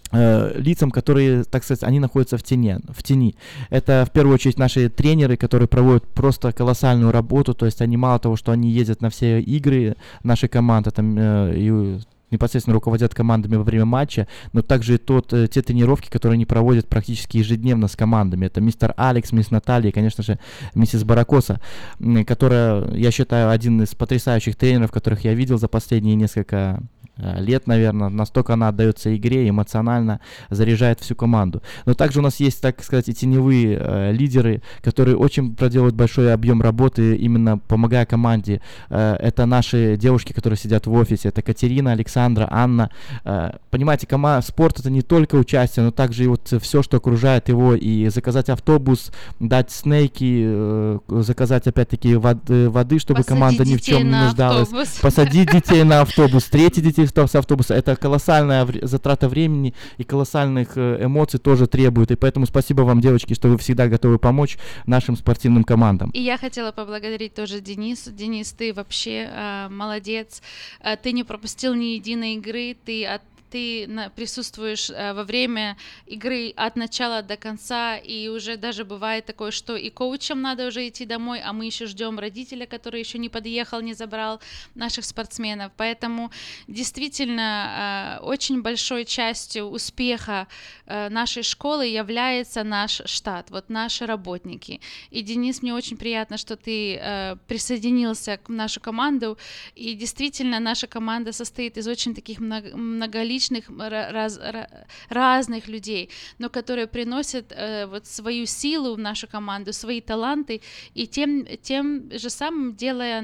лицам, которые, так сказать, они находятся в тени. Это в первую очередь наши тренеры, которые проводят просто колоссальную работу, то есть они мало того, что они ездят на все игры нашей команды, там, и непосредственно руководят командами во время матча, но также и те тренировки, которые они проводят практически ежедневно с командами. Это мистер Алекс, мисс Наталья и, конечно же, миссис Баракоса, которая, я считаю, один из потрясающих тренеров, которых я видел за последние несколько лет, наверное. Настолько она отдается игре, эмоционально заряжает всю команду. Но также у нас есть, так сказать, и теневые лидеры, которые очень проделывают большой объем работы, именно помогая команде. Это наши девушки, которые сидят в офисе. Это Катерина, Александра, Анна. Понимаете, спорт — это не только участие, но также и вот все, что окружает его. И заказать автобус, дать снеки, заказать опять-таки воды, чтобы посадить команда ни в чем не нуждалась. Посадить детей на автобус, встретить детей с автобуса. Это колоссальная затрата времени и колоссальных эмоций тоже требует. И поэтому спасибо вам, девочки, что вы всегда готовы помочь нашим спортивным командам. И я хотела поблагодарить тоже Денису. Денис, ты вообще молодец. Ты не пропустил ни единой игры. Ты присутствуешь во время игры от начала до конца, и уже даже бывает такое, что и коучам надо уже идти домой, а мы еще ждем родителя, который еще не подъехал, не забрал наших спортсменов. Поэтому действительно очень большой частью успеха нашей школы является наш штат, вот наши работники. И, Денис, мне очень приятно, что ты присоединился к нашу команду, и действительно наша команда состоит из очень таких многоличных разных людей, но которые приносят вот свою силу в нашу команду, свои таланты, и тем же самым делая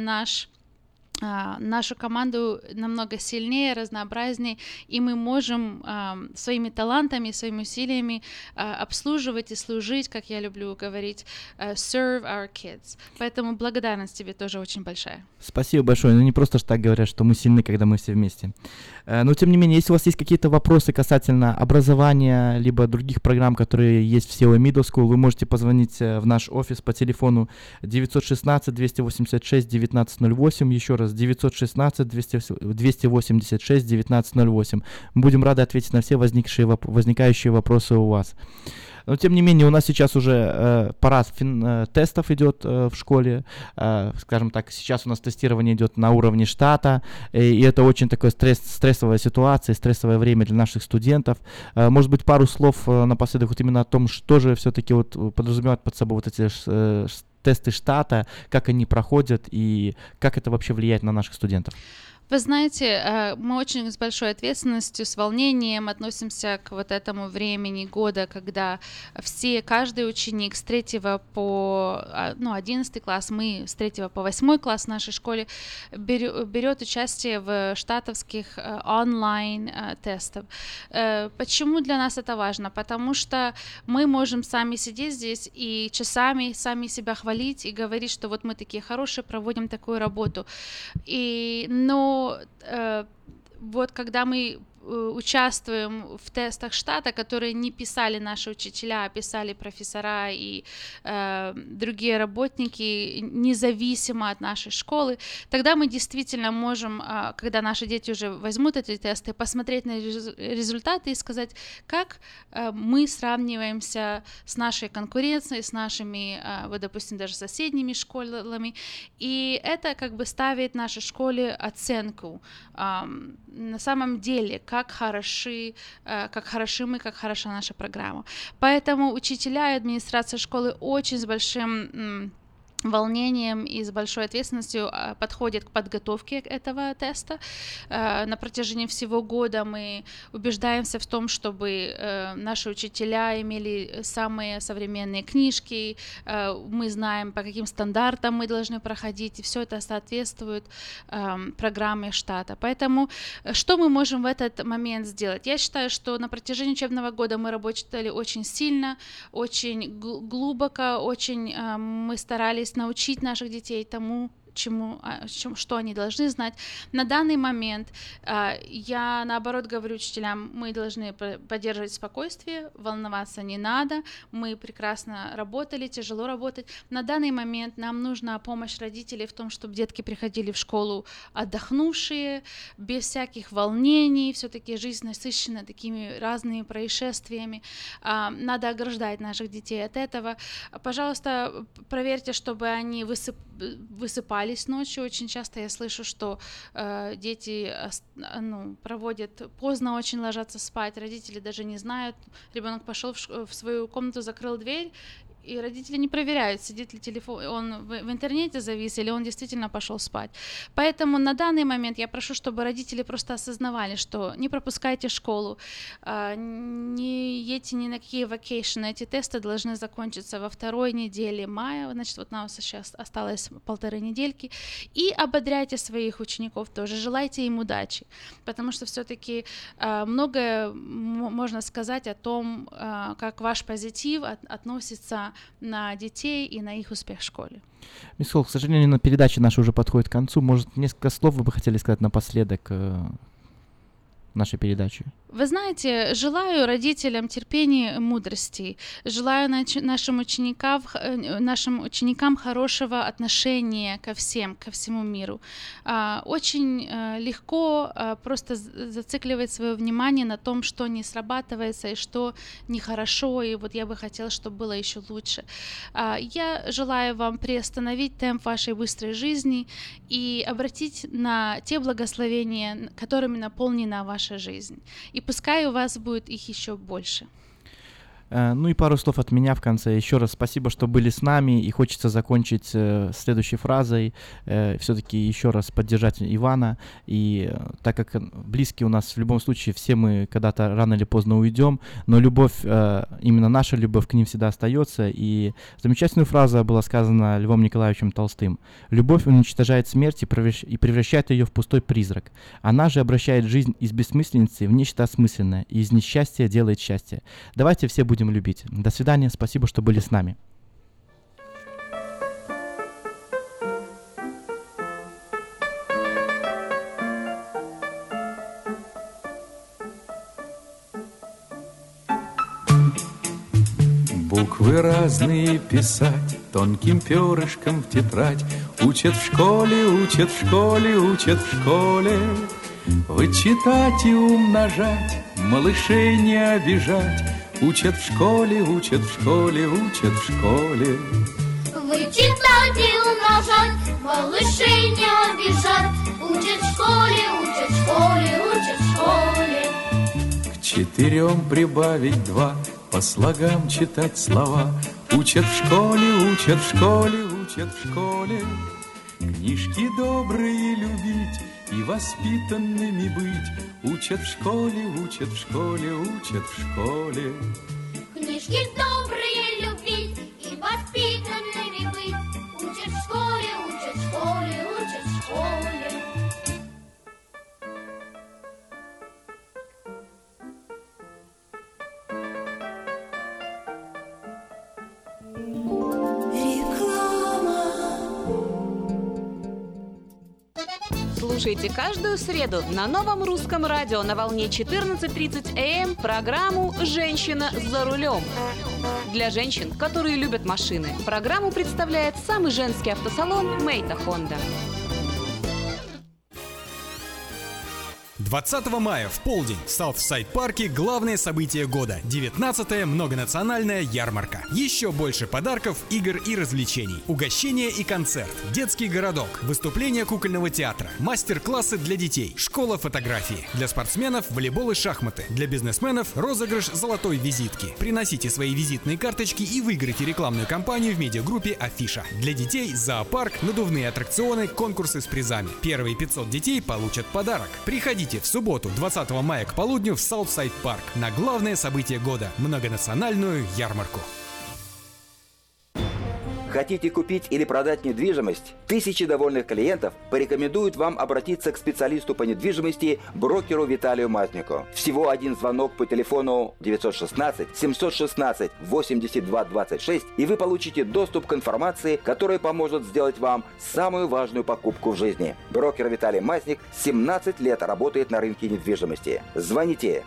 нашу команду намного сильнее, разнообразнее, и мы можем своими талантами, своими усилиями обслуживать и служить, как я люблю говорить, serve our kids. Поэтому благодарность тебе тоже очень большая. Спасибо большое. Ну, не просто так говорят, что мы сильны, когда мы все вместе. Но, тем не менее, если у вас есть какие-то вопросы касательно образования, либо других программ, которые есть в COA Middle School, вы можете позвонить в наш офис по телефону 916-286-1908, еще раз, 916-286-1908. Будем рады ответить на все возникающие вопросы у вас. Но, тем не менее, у нас сейчас уже парад тестов идет в школе. Скажем так, сейчас у нас тестирование идет на уровне штата, и это очень такая стрессовая ситуация, стрессовое время для наших студентов. Может быть, пару слов напоследок вот именно о том, что же все-таки вот подразумевают под собой вот эти тесты штата, как они проходят и как это вообще влияет на наших студентов. Вы знаете, мы очень с большой ответственностью, с волнением относимся к вот этому времени года, когда каждый ученик с 3 по 11 класс, мы с 3 по 8 класс в нашей школе берет участие в штатовских онлайн-тестах. Почему для нас это важно? Потому что мы можем сами сидеть здесь и часами сами себя хвалить и говорить, что вот мы такие хорошие, проводим такую работу. Но вот когда мы участвуем в тестах штата, которые не писали наши учителя, а писали профессора и другие работники, независимо от нашей школы, тогда мы действительно можем, когда наши дети уже возьмут эти тесты, посмотреть на результаты и сказать, как мы сравниваемся с нашей конкуренцией, с нашими, вот, допустим, даже соседними школами, и это как бы ставит нашей школе оценку на самом деле, как хороши мы, как хороша наша программа. Поэтому учителя и администрация школы очень с большим волнением и с большой ответственностью подходят к подготовке этого теста. На протяжении всего года мы убеждаемся в том, чтобы наши учителя имели самые современные книжки, мы знаем, по каким стандартам мы должны проходить, и все это соответствует программе штата. Поэтому что мы можем в этот момент сделать? Я считаю, что на протяжении учебного года мы работали очень сильно, очень глубоко, очень мы старались научить наших детей тому, что они должны знать. На данный момент я, наоборот, говорю учителям, мы должны поддерживать спокойствие, волноваться не надо, мы прекрасно работали, тяжело работать. На данный момент нам нужна помощь родителей в том, чтобы детки приходили в школу отдохнувшие, без всяких волнений, все-таки жизнь насыщена такими разными происшествиями. Надо ограждать наших детей от этого. Пожалуйста, проверьте, чтобы они высыпались ночью. Очень часто я слышу, что дети проводят поздно, очень ложатся спать, родители даже не знают. Ребенок пошел в свою комнату, закрыл дверь, и родители не проверяют, сидит ли телефон, он в интернете завис или он действительно пошел спать. Поэтому на данный момент я прошу, чтобы родители просто осознавали, что не пропускайте школу, не едьте ни на какие вакейшены, эти тесты должны закончиться во 2-й неделе мая, значит, вот нам сейчас осталось 1,5 недельки, и ободряйте своих учеников тоже, желайте им удачи, потому что все-таки многое можно сказать о том, как ваш позитив относится на детей и на их успех в школе. Мисс Холл, к сожалению, передача наша уже подходит к концу. Может, несколько слов вы бы хотели сказать напоследок нашей передачи? Вы знаете, желаю родителям терпения и мудрости, желаю нашим ученикам хорошего отношения ко всему миру. Очень легко просто зацикливать свое внимание на том, что не срабатывается и что нехорошо, и вот я бы хотела, чтобы было еще лучше. Я желаю вам приостановить темп вашей быстрой жизни и обратить на те благословения, которыми наполнена ваша жизнь. И пускай у вас будет их еще больше. Ну и пару слов от меня в конце. Еще раз спасибо, что были с нами. И хочется закончить следующей фразой. Все-таки еще раз поддержать Ивана. И так как близкие у нас в любом случае, все мы когда-то рано или поздно уйдем, но любовь, именно наша любовь к ним всегда остается. И замечательная фраза была сказана Львом Николаевичем Толстым. Любовь уничтожает смерть и превращает ее в пустой призрак. Она же обращает жизнь из бессмысленности в нечто осмысленное, и из несчастья делает счастье. Давайте все будем любить. До свидания, спасибо, что были с нами. Буквы разные писать, тонким перышком в тетрадь. Учат в школе, учат в школе, учат в школе. Вычитать и умножать, малышей не обижать. Учат в школе, учат в школе, учат в школе. Вычитать и умножать, малышей не обижать. Учат в школе, учат в школе, учат в школе. К 4 прибавить 2, по слогам читать слова. Учат в школе, учат в школе, учат в школе. Книжки добрые любить и воспитанными быть. Учат в школе, учат в школе, учат в школе. Книжки добрые любить и воспитанными быть. Учат в школе, учат в школе, учат в школе. Слушайте каждую среду на Новом русском радио на волне 14:30 АМ программу «Женщина за рулем». Для женщин, которые любят машины, программу представляет самый женский автосалон «Мейта Хонда». 20 мая в полдень в Саутсайд-парке главное событие года – 19-я многонациональная ярмарка. Еще больше подарков, игр и развлечений. Угощение и концерт, детский городок, выступление кукольного театра, мастер-классы для детей, школа фотографии. Для спортсменов – волейбол и шахматы. Для бизнесменов – розыгрыш золотой визитки. Приносите свои визитные карточки и выиграйте рекламную кампанию в медиагруппе «Афиша». Для детей – зоопарк, надувные аттракционы, конкурсы с призами. Первые 500 детей получат подарок. Приходите в субботу, 20 мая к полудню в Саутсайд-парк на главное событие года – многонациональную ярмарку. Хотите купить или продать недвижимость? Тысячи довольных клиентов порекомендуют вам обратиться к специалисту по недвижимости, брокеру Виталию Мазнику. Всего один звонок по телефону 916-716-8226, и вы получите доступ к информации, которая поможет сделать вам самую важную покупку в жизни. Брокер Виталий Мазник 17 лет работает на рынке недвижимости. Звоните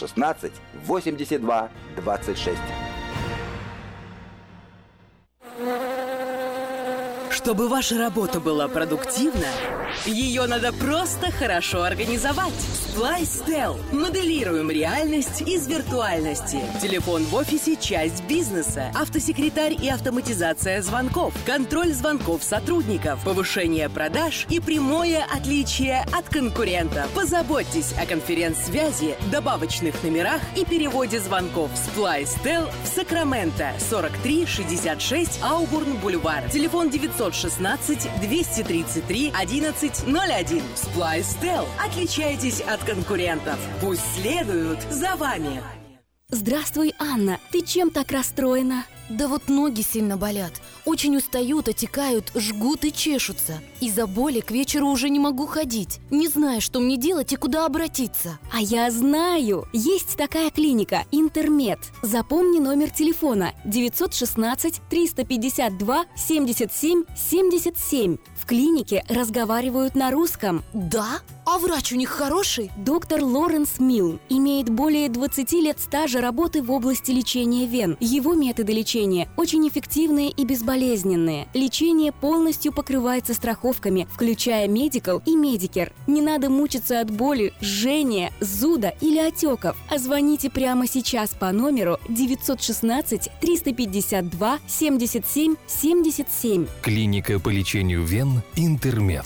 716-8226. Чтобы ваша работа была продуктивна, ее надо просто хорошо организовать. SpliceTel. Моделируем реальность из виртуальности. Телефон в офисе – часть бизнеса. Автосекретарь и автоматизация звонков. Контроль звонков сотрудников. Повышение продаж и прямое отличие от конкурентов. Позаботьтесь о конференц-связи, добавочных номерах и переводе звонков. SpliceTel в Сакраменто. 4366 Аубурн-Бульвар. Телефон 916-233-1101. SpliceTel. Отличайтесь от конкурентов. Пусть следуют за вами. Здравствуй, Анна. Ты чем так расстроена? Да вот ноги сильно болят. Очень устают, отекают, жгут и чешутся. Из-за боли к вечеру уже не могу ходить. Не знаю, что мне делать и куда обратиться. А я знаю! Есть такая клиника «Интермед». Запомни номер телефона 916-352-77-77. В клинике разговаривают на русском. Да? А врач у них хороший? Доктор Лоренс Милн имеет более 20 лет стажа работы в области лечения вен. Его методы лечения очень эффективные и безболезненные. Лечение полностью покрывается страховками, включая Medical и Medicare. Не надо мучиться от боли, жжения, зуда или отеков. А звоните прямо сейчас по номеру 916-352-77-77. Клиника по лечению вен «Интермед».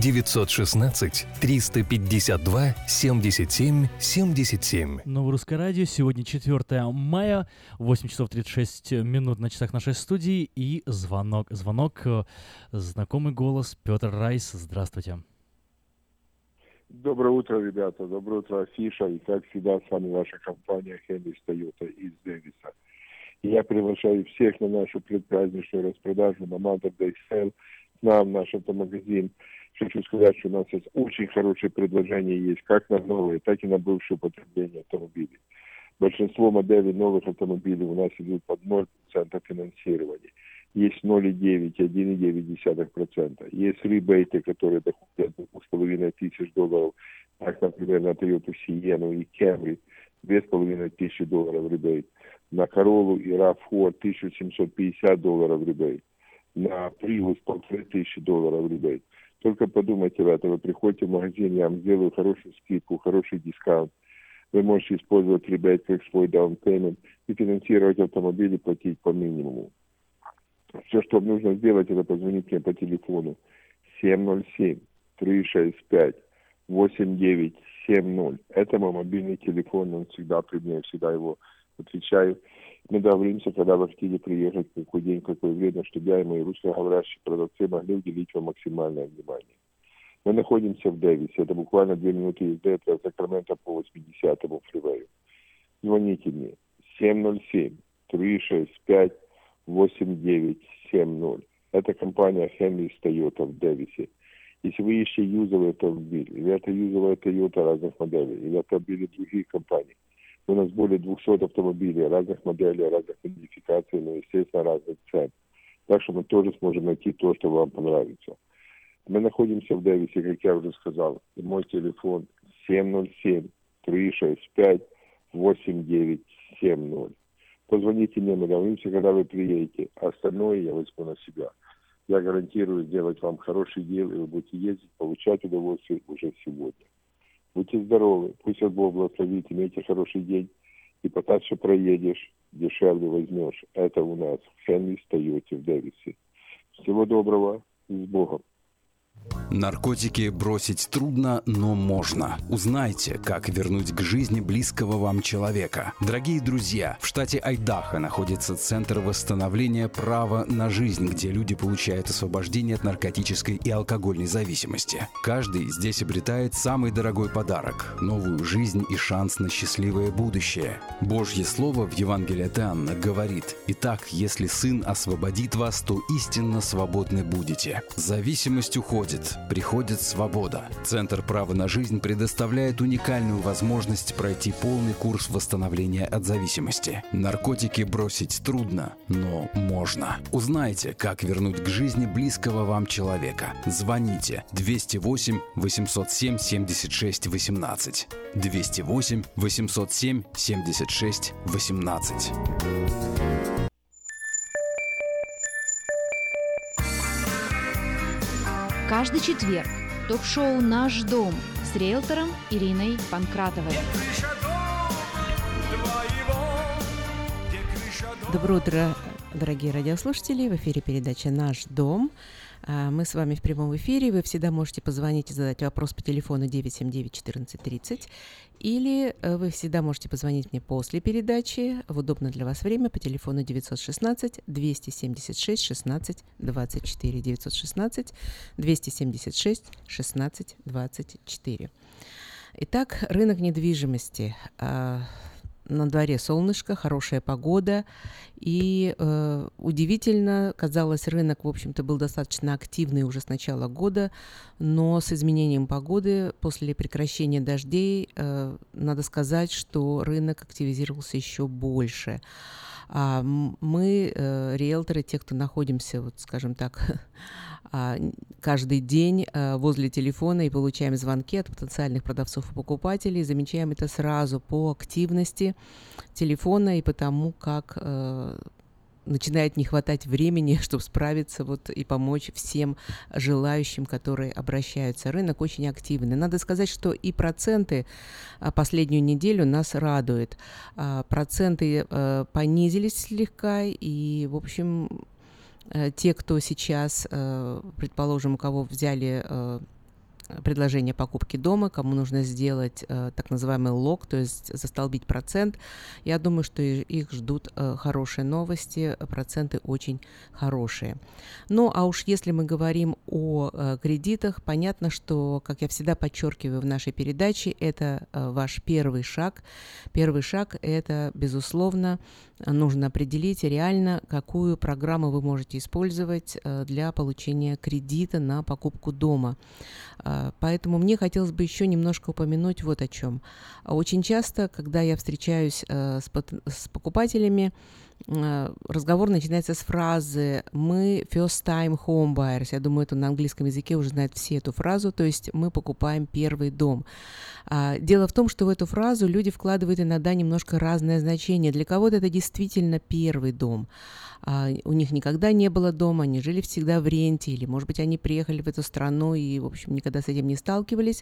916-352-77-77. Новое русское радио. Сегодня 4 мая, 8 часов 36 минут на часах нашей студии. И звонок. Знакомый голос. Петр Райс. Здравствуйте. Доброе утро, ребята. Доброе утро, Афиша. И как всегда, с вами ваша компания Хенрис Тойота из Дэвиса. И я приглашаю всех на нашу предпраздничную распродажу на Mother Day Sale. К нам в наш автомагазин. Хочу сказать, что у нас есть очень хорошие предложения есть как на новые, так и на бывшее употребление автомобилей. Большинство моделей новых автомобилей у нас идут под 0% финансирования. Есть 0,9, 1,9%. Есть ребейты, которые доходят до $2500, так, например, на Toyota Sienna и Camry, $2500 ребейт. На Corolla и RAV4 $1750 ребейт. На Prius $1500 ребейт. Только подумайте, ребята, вы приходите в магазин, я вам сделаю хорошую скидку, хороший дискаунт. Вы можете использовать ребят как свой down payment и финансировать автомобиль и платить по минимуму. Все, что вам нужно сделать, это позвонить мне по телефону 707-365-8970. Это мой мобильный телефон, он всегда при мне, я всегда его отвечаю. Мы договоримся, когда вы хотите приехать, какой день, какое время, чтобы я и мои русскоговорящие продавцы могли уделить вам максимальное внимание. Мы находимся в Дэвисе. Это буквально 2 минуты езды от Сакрамента по 80-му фривею. Звоните мне 707-365-8970. Это компания Henry's Toyota в Дэвисе. Если вы ищете юзовый автомобиль, или это юзовая Toyota разных моделей, или автомобили других компаний, у нас более 200 автомобилей разных моделей, разных модификаций, но, естественно, разных цен. Так что мы тоже сможем найти то, что вам понравится. Мы находимся в Дэвисе, как я уже сказал. И мой телефон 707-365-8970. Позвоните мне, мы договоримся, когда вы приедете. Остальное я возьму на себя. Я гарантирую сделать вам хороший дел, и вы будете ездить, получать удовольствие уже сегодня. Будьте здоровы, пусть Бог благословит, имейте хороший день, и потом проедешь, дешевле возьмешь. Это у нас в Henry's Toyota в Дэвисе. Всего доброго, с Богом. Наркотики бросить трудно, но можно. Узнайте, как вернуть к жизни близкого вам человека. Дорогие друзья, в штате Айдахо находится Центр восстановления права на жизнь, где люди получают освобождение от наркотической и алкогольной зависимости. Каждый здесь обретает самый дорогой подарок – новую жизнь и шанс на счастливое будущее. Божье Слово в Евангелии от Иоанна говорит: «Итак, если Сын освободит вас, то истинно свободны будете». Зависимость уходит. Приходит свобода. Центр права на жизнь предоставляет уникальную возможность пройти полный курс восстановления от зависимости. Наркотики бросить трудно, но можно. Узнайте, как вернуть к жизни близкого вам человека. Звоните 208 807 76 18. 208 807 76 18. Каждый четверг ток-шоу «Наш дом» с риэлтором Ириной Панкратовой. Доброе утро, дорогие радиослушатели. В эфире передача «Наш дом». Мы с вами в прямом эфире. Вы всегда можете позвонить и задать вопрос по телефону 979-1430. Или вы всегда можете позвонить мне после передачи в удобное для вас время по телефону 916-276-16-24. 916-276-16-24. Итак, рынок недвижимости. На дворе солнышко, хорошая погода. И удивительно, казалось, рынок, в общем-то, был достаточно активный уже с начала года, но с изменением погоды, после прекращения дождей, надо сказать, что рынок активизировался еще больше. Мы, риэлторы, те, кто находимся, вот, скажем так, каждый день возле телефона и получаем звонки от потенциальных продавцов и покупателей, замечаем это сразу по активности телефона и потому, как начинает не хватать времени, чтобы справиться вот, и помочь всем желающим, которые обращаются. Рынок очень активный. Надо сказать, что и проценты последнюю неделю нас радуют. Проценты понизились слегка, и, в общем, те, кто сейчас, предположим, у кого взяли предложение покупки дома, кому нужно сделать так называемый лог, то есть застолбить процент, я думаю, что их ждут хорошие новости, проценты очень хорошие. Ну, а уж если мы говорим о кредитах, понятно, что, как я всегда подчеркиваю в нашей передаче, это ваш первый шаг. Первый шаг – это, безусловно, нужно определить реально, какую программу вы можете использовать для получения кредита на покупку дома. Поэтому мне хотелось бы еще немножко упомянуть вот о чем. Очень часто, когда я встречаюсь с покупателями, разговор начинается с фразы «мы first-time home buyers». Я думаю, это на английском языке уже знают все эту фразу, то есть мы покупаем первый дом. Дело в том, что в эту фразу люди вкладывают иногда немножко разное значение. Для кого-то это действительно первый дом. У них никогда не было дома, они жили всегда в ренте, или, может быть, они приехали в эту страну и, в общем, никогда с этим не сталкивались.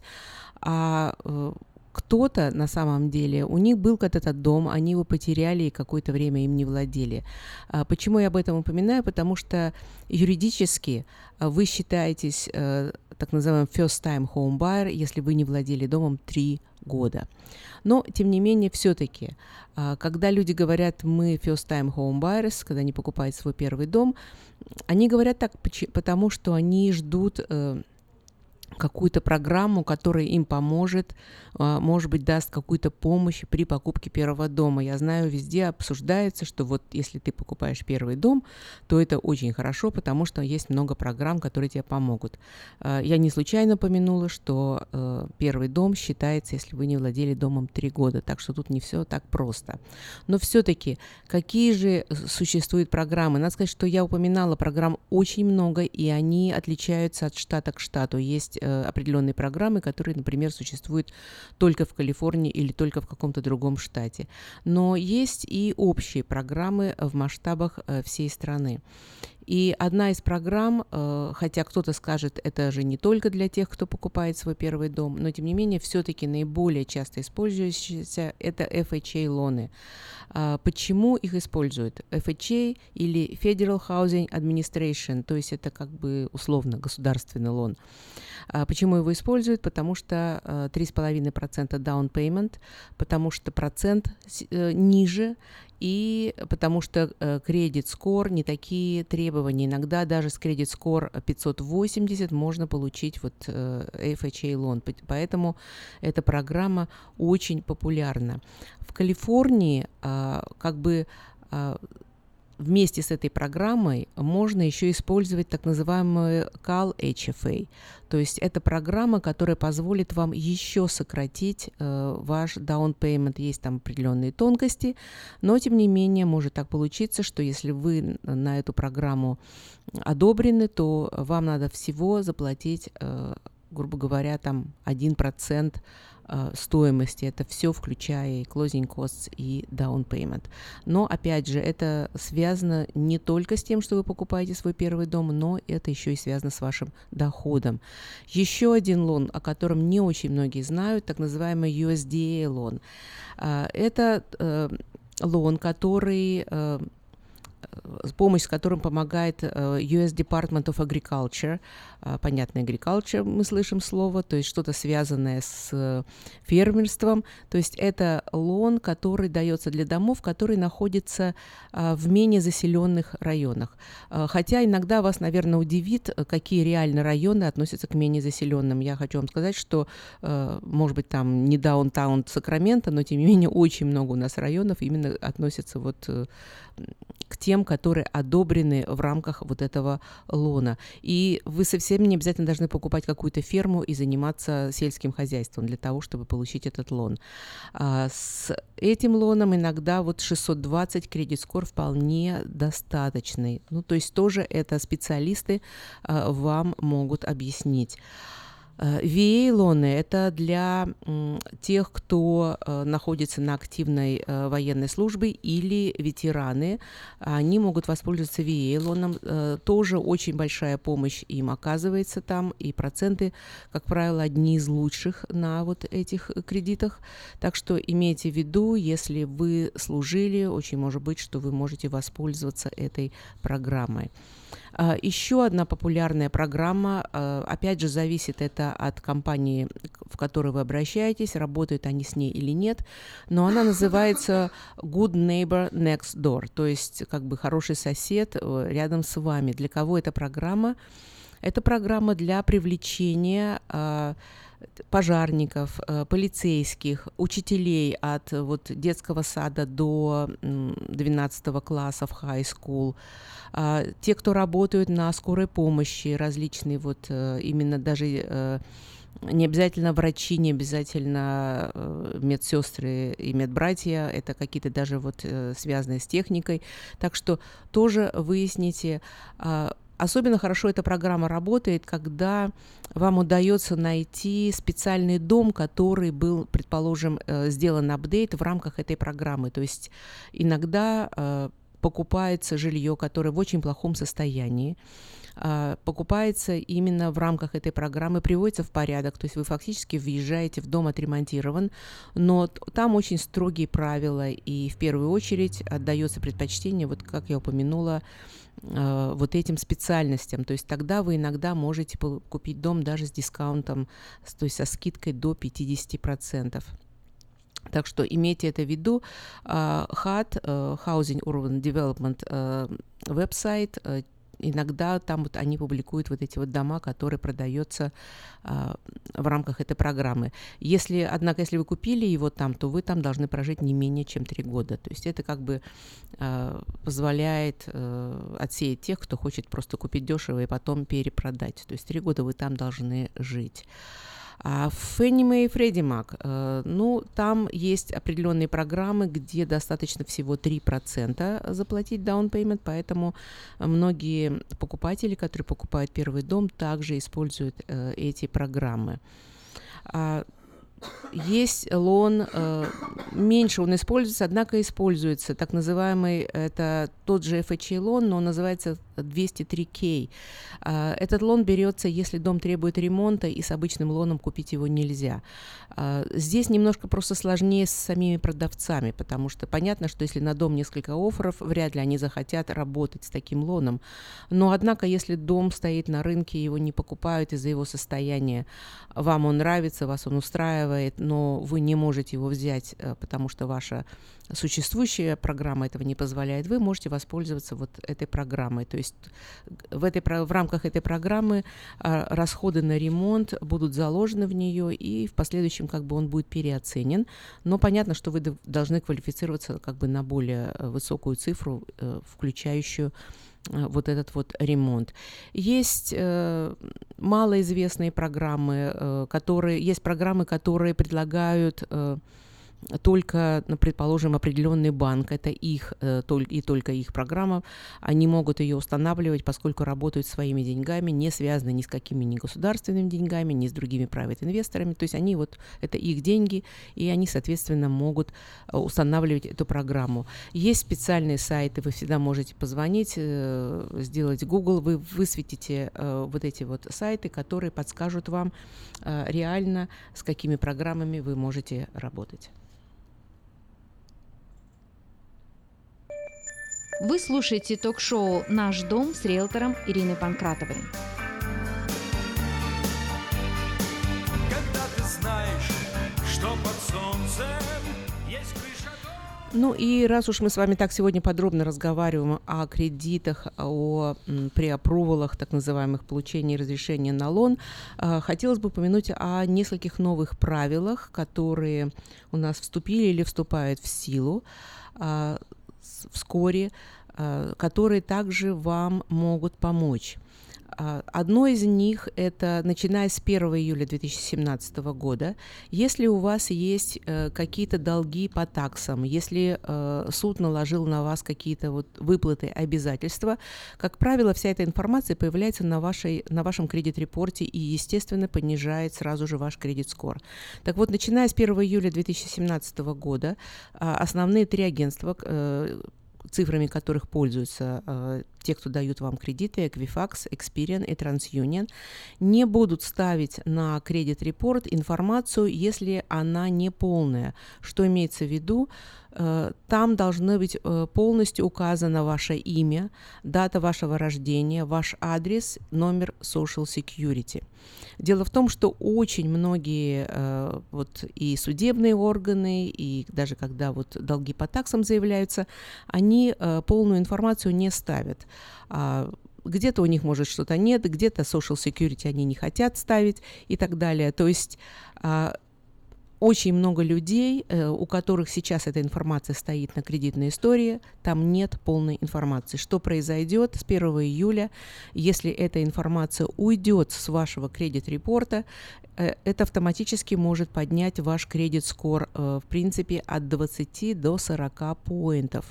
Кто-то, на самом деле, у них был когда-то дом, они его потеряли и какое-то время им не владели. Почему я об этом упоминаю? Потому что юридически вы считаетесь так называемым first-time home buyer, если вы не владели домом 3 года. Но, тем не менее, все-таки, когда люди говорят «мы first-time home buyers», когда они покупают свой первый дом, они говорят так, потому что они ждут какую-то программу, которая им поможет, может быть, даст какую-то помощь при покупке первого дома. Я знаю, везде обсуждается, что вот если ты покупаешь первый дом, то это очень хорошо, потому что есть много программ, которые тебе помогут. Я не случайно упомянула, что первый дом считается, если вы не владели домом 3 года, так что тут не все так просто. Но все-таки, какие же существуют программы? Надо сказать, что я упоминала программ очень много, и они отличаются от штата к штату. Есть определенные программы, которые, например, существуют только в Калифорнии или только в каком-то другом штате. Но есть и общие программы в масштабах всей страны. И одна из программ, хотя кто-то скажет, это же не только для тех, кто покупает свой первый дом, но тем не менее все-таки наиболее часто использующиеся это FHA-лоны. Почему их используют? FHA или Federal Housing Administration, то есть это как бы условно государственный лон. Почему его используют? Потому что 3,5% down payment, потому что процент ниже, и потому что кредит-скор не такие требования. Иногда даже с кредит-скор 580 можно получить вот FHA-лон. Поэтому эта программа очень популярна. В Калифорнии как бы вместе с этой программой можно еще использовать так называемую Cal HFA. То есть это программа, которая позволит вам еще сократить ваш down payment. Есть там определенные тонкости, но тем не менее может так получиться, что если вы на эту программу одобрены, то вам надо всего заплатить, грубо говоря, там 1% стоимости. Это все, включая и closing costs, и down payment. Но, опять же, это связано не только с тем, что вы покупаете свой первый дом, но это еще и связано с вашим доходом. Еще один лон, о котором не очень многие знают, так называемый USDA лон. Это лон, который помощь с которым помогает US Department of Agriculture. Понятно, agriculture, мы слышим слово, то есть что-то связанное с фермерством. То есть это лон, который дается для домов, которые находятся в менее заселенных районах. Хотя иногда вас, наверное, удивит, какие реально районы относятся к менее заселенным. Я хочу вам сказать, что, может быть, там не даунтаун Сакраменто, но тем не менее очень много у нас районов именно относятся вот к тем, которые одобрены в рамках вот этого лона. И вы совсем не обязательно должны покупать какую-то ферму и заниматься сельским хозяйством для того, чтобы получить этот лон. С этим лоном иногда вот 620 кредит-скор вполне достаточный. Ну, то есть тоже это специалисты вам могут объяснить. VA-лоны – это для тех, кто находится на активной военной службе или ветераны. Они могут воспользоваться VA-лоном. Тоже очень большая помощь им оказывается там, и проценты, как правило, одни из лучших на вот этих кредитах. Так что имейте в виду, если вы служили, очень может быть, что вы можете воспользоваться этой программой. Еще одна популярная программа, опять же, зависит это от компании, в которую вы обращаетесь, работают они с ней или нет, но она называется Good Neighbor Next Door, то есть как бы хороший сосед рядом с вами. Для кого эта программа? Это программа для привлечения пожарников, полицейских, учителей от вот детского сада до 12 класса в high school, те, кто работают на скорой помощи, различные вот именно даже не обязательно врачи, не обязательно медсестры и медбратья, это какие-то даже вот связанные с техникой. Так что тоже выясните. Особенно хорошо эта программа работает, когда вам удается найти специальный дом, который был, предположим, сделан апдейт в рамках этой программы. То есть иногда покупается жилье, которое в очень плохом состоянии, покупается именно в рамках этой программы, приводится в порядок, то есть вы фактически въезжаете в дом отремонтирован, но там очень строгие правила, и в первую очередь отдается предпочтение, вот как я упомянула, вот этим специальностям. То есть тогда вы иногда можете купить дом даже с дискаунтом, то есть со скидкой до 50%. Так что имейте это в виду. HUD, Housing Urban Development веб-сайт, иногда там вот они публикуют вот эти вот дома, которые продаются в рамках этой программы. Однако, если вы купили его там, то вы там должны прожить не менее чем 3 года. То есть это как бы позволяет отсеять тех, кто хочет просто купить дешево и потом перепродать. То есть 3 года вы там должны жить. А в Fannie Mae и Freddie Mac, там есть определенные программы, где достаточно всего 3% заплатить down payment, поэтому многие покупатели, которые покупают первый дом, также используют эти программы. Есть лон, меньше он используется, однако используется так называемый, это тот же FHA лон, но он называется 203K. Этот лон берется, если дом требует ремонта, и с обычным лоном купить его нельзя. Здесь немножко просто сложнее с самими продавцами, потому что понятно, что если на дом несколько офферов, вряд ли они захотят работать с таким лоном. Но, однако, если дом стоит на рынке, его не покупают из-за его состояния, вам он нравится, вас он устраивает, но вы не можете его взять, потому что ваша существующая программа этого не позволяет, вы можете воспользоваться вот этой программой. То есть в рамках этой программы расходы на ремонт будут заложены в нее, и в последующем как бы он будет переоценен. Но понятно, что вы должны квалифицироваться как бы на более высокую цифру, включающую вот этот вот ремонт. Есть малоизвестные программы, есть программы, которые предлагают только, предположим, определенный банк, это их и только их программа, они могут ее устанавливать, поскольку работают своими деньгами, не связаны ни с какими ни государственными деньгами, ни с другими private-инвесторами, то есть они это их деньги, и они, соответственно, могут устанавливать эту программу. Есть специальные сайты, вы всегда можете позвонить, сделать Google, вы высветите вот эти вот сайты, которые подскажут вам реально, с какими программами вы можете работать. Вы слушаете ток-шоу «Наш дом» с риэлтором Ириной Панкратовой. Когда ты знаешь, что под солнцем есть крыша дома. Ну и раз уж мы с вами так сегодня подробно разговариваем о кредитах, о преапрувалах, так называемых, получении разрешения на лон, хотелось бы упомянуть о нескольких новых правилах, которые у нас вступили или вступают в силу вскоре, которые также вам могут помочь. Одно из них – это, начиная с 1 июля 2017 года, если у вас есть какие-то долги по таксам, если суд наложил на вас какие-то вот выплаты, обязательства, как правило, вся эта информация появляется на вашем кредит-репорте и, естественно, понижает сразу же ваш кредит-скор. Так вот, начиная с 1 июля 2017 года, основные три агентства, цифрами которых пользуются те, кто дают вам кредиты, Equifax, Experian и TransUnion, не будут ставить на кредит-репорт информацию, если она не полная. Что имеется в виду? Там должно быть полностью указано ваше имя, дата вашего рождения, ваш адрес, номер Social Security. Дело в том, что очень многие вот и судебные органы, и даже когда вот долги по таксам заявляются, они полную информацию не ставят. Где-то у них, может, что-то нет, где-то Social Security они не хотят ставить и так далее. То есть очень много людей, у которых сейчас эта информация стоит на кредитной истории, там нет полной информации. Что произойдет с 1 июля, если эта информация уйдет с вашего кредит-репорта, это автоматически может поднять ваш кредит-скор, в принципе, от 20 до 40 поинтов.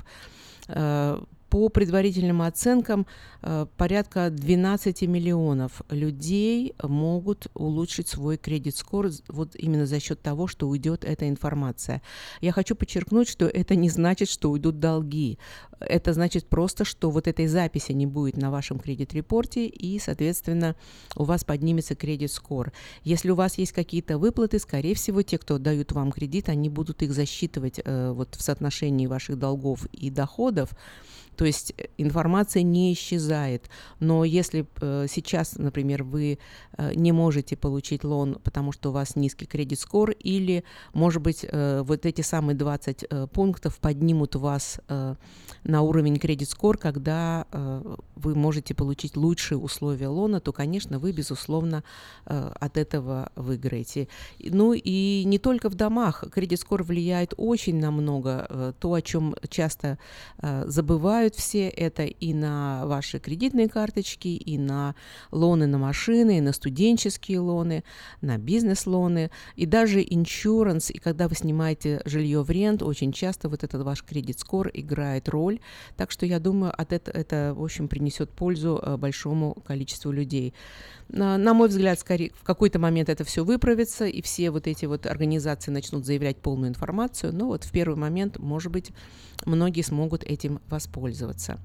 По предварительным оценкам, порядка 12 миллионов людей могут улучшить свой кредит-скор вот именно за счет того, что уйдет эта информация. Я хочу подчеркнуть, что это не значит, что уйдут долги. Это значит просто, что вот этой записи не будет на вашем кредит-репорте, и, соответственно, у вас поднимется кредит-скор. Если у вас есть какие-то выплаты, скорее всего, те, кто дают вам кредит, они будут их засчитывать вот в соотношении ваших долгов и доходов. То есть информация не исчезает. Но если сейчас, например, вы не можете получить лон, потому что у вас низкий кредит-скор, или, может быть, вот эти самые 20 пунктов поднимут вас на уровень кредит-скор, когда вы можете получить лучшие условия лона, то, конечно, вы, безусловно, от этого выиграете. Ну и не только в домах. Кредит-скор влияет очень на много. То, о чем часто забывают все, это и на ваши кредитные карточки, и на лоны на машины, и на студенческие лоны, на бизнес-лоны, и даже иншуранс. И когда вы снимаете жилье в рент, очень часто вот этот ваш кредит-скор играет роль. Так что я думаю, это в общем, принесет принесет пользу большому количеству людей. На мой взгляд, скорее, в какой-то момент это все выправится, и все вот эти вот организации начнут заявлять полную информацию, но вот в первый момент, может быть, многие смогут этим воспользоваться.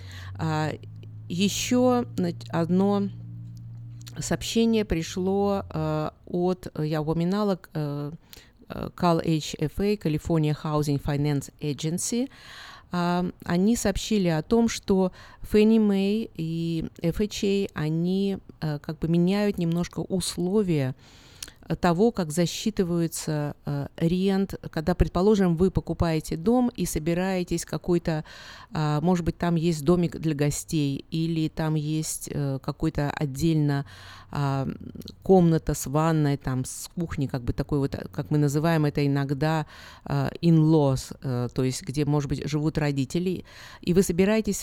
Еще одно сообщение пришло я упоминала, CalHFA, California Housing Finance Agency. Они сообщили о том, что Fannie Mae и FHA, они как бы меняют немножко условия того, как засчитывается рент, когда, предположим, вы покупаете дом и собираетесь какой-то, может быть, там есть домик для гостей, или там есть какой-то отдельно комната с ванной, там с кухней, как бы такой вот, как мы называем это иногда in-laws, то есть где, может быть, живут родители, и вы собираетесь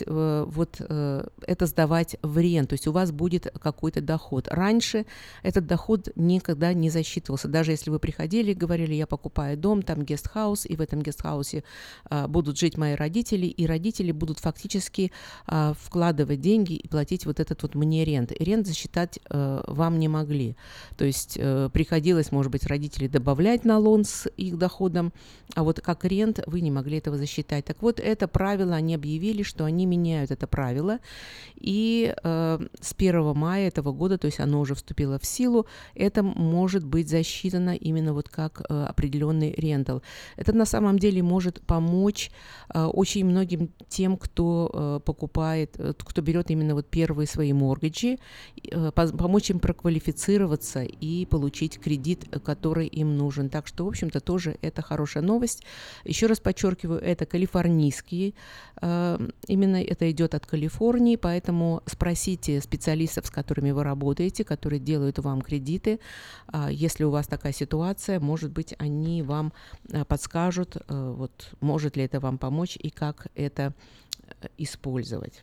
это сдавать в рент, то есть у вас будет какой-то доход. Раньше этот доход никогда не засчитывался, даже если вы приходили и говорили, я покупаю дом, там гестхаус, и в этом гестхаусе будут жить мои родители, и родители будут фактически вкладывать деньги и платить вот этот вот мне рент. Рент засчитать вам не могли. То есть приходилось, может быть, родителей добавлять налог с их доходом, а вот как рент вы не могли этого засчитать. Так вот, это правило, они объявили, что они меняют это правило, и с 1 мая этого года, то есть оно уже вступило в силу, это может быть засчитано именно вот как определенный рентал. Это на самом деле может помочь очень многим тем, кто покупает, кто берет именно вот первые свои моргиджи, помочь им проквалифицироваться и получить кредит, который им нужен. Так что, в общем-то, тоже это хорошая новость. Еще раз подчеркиваю, это калифорнийские, именно это идет от Калифорнии, поэтому спросите специалистов, с которыми вы работаете, которые делают вам кредиты. Если у вас такая ситуация, может быть, они вам подскажут, вот, может ли это вам помочь и как это использовать.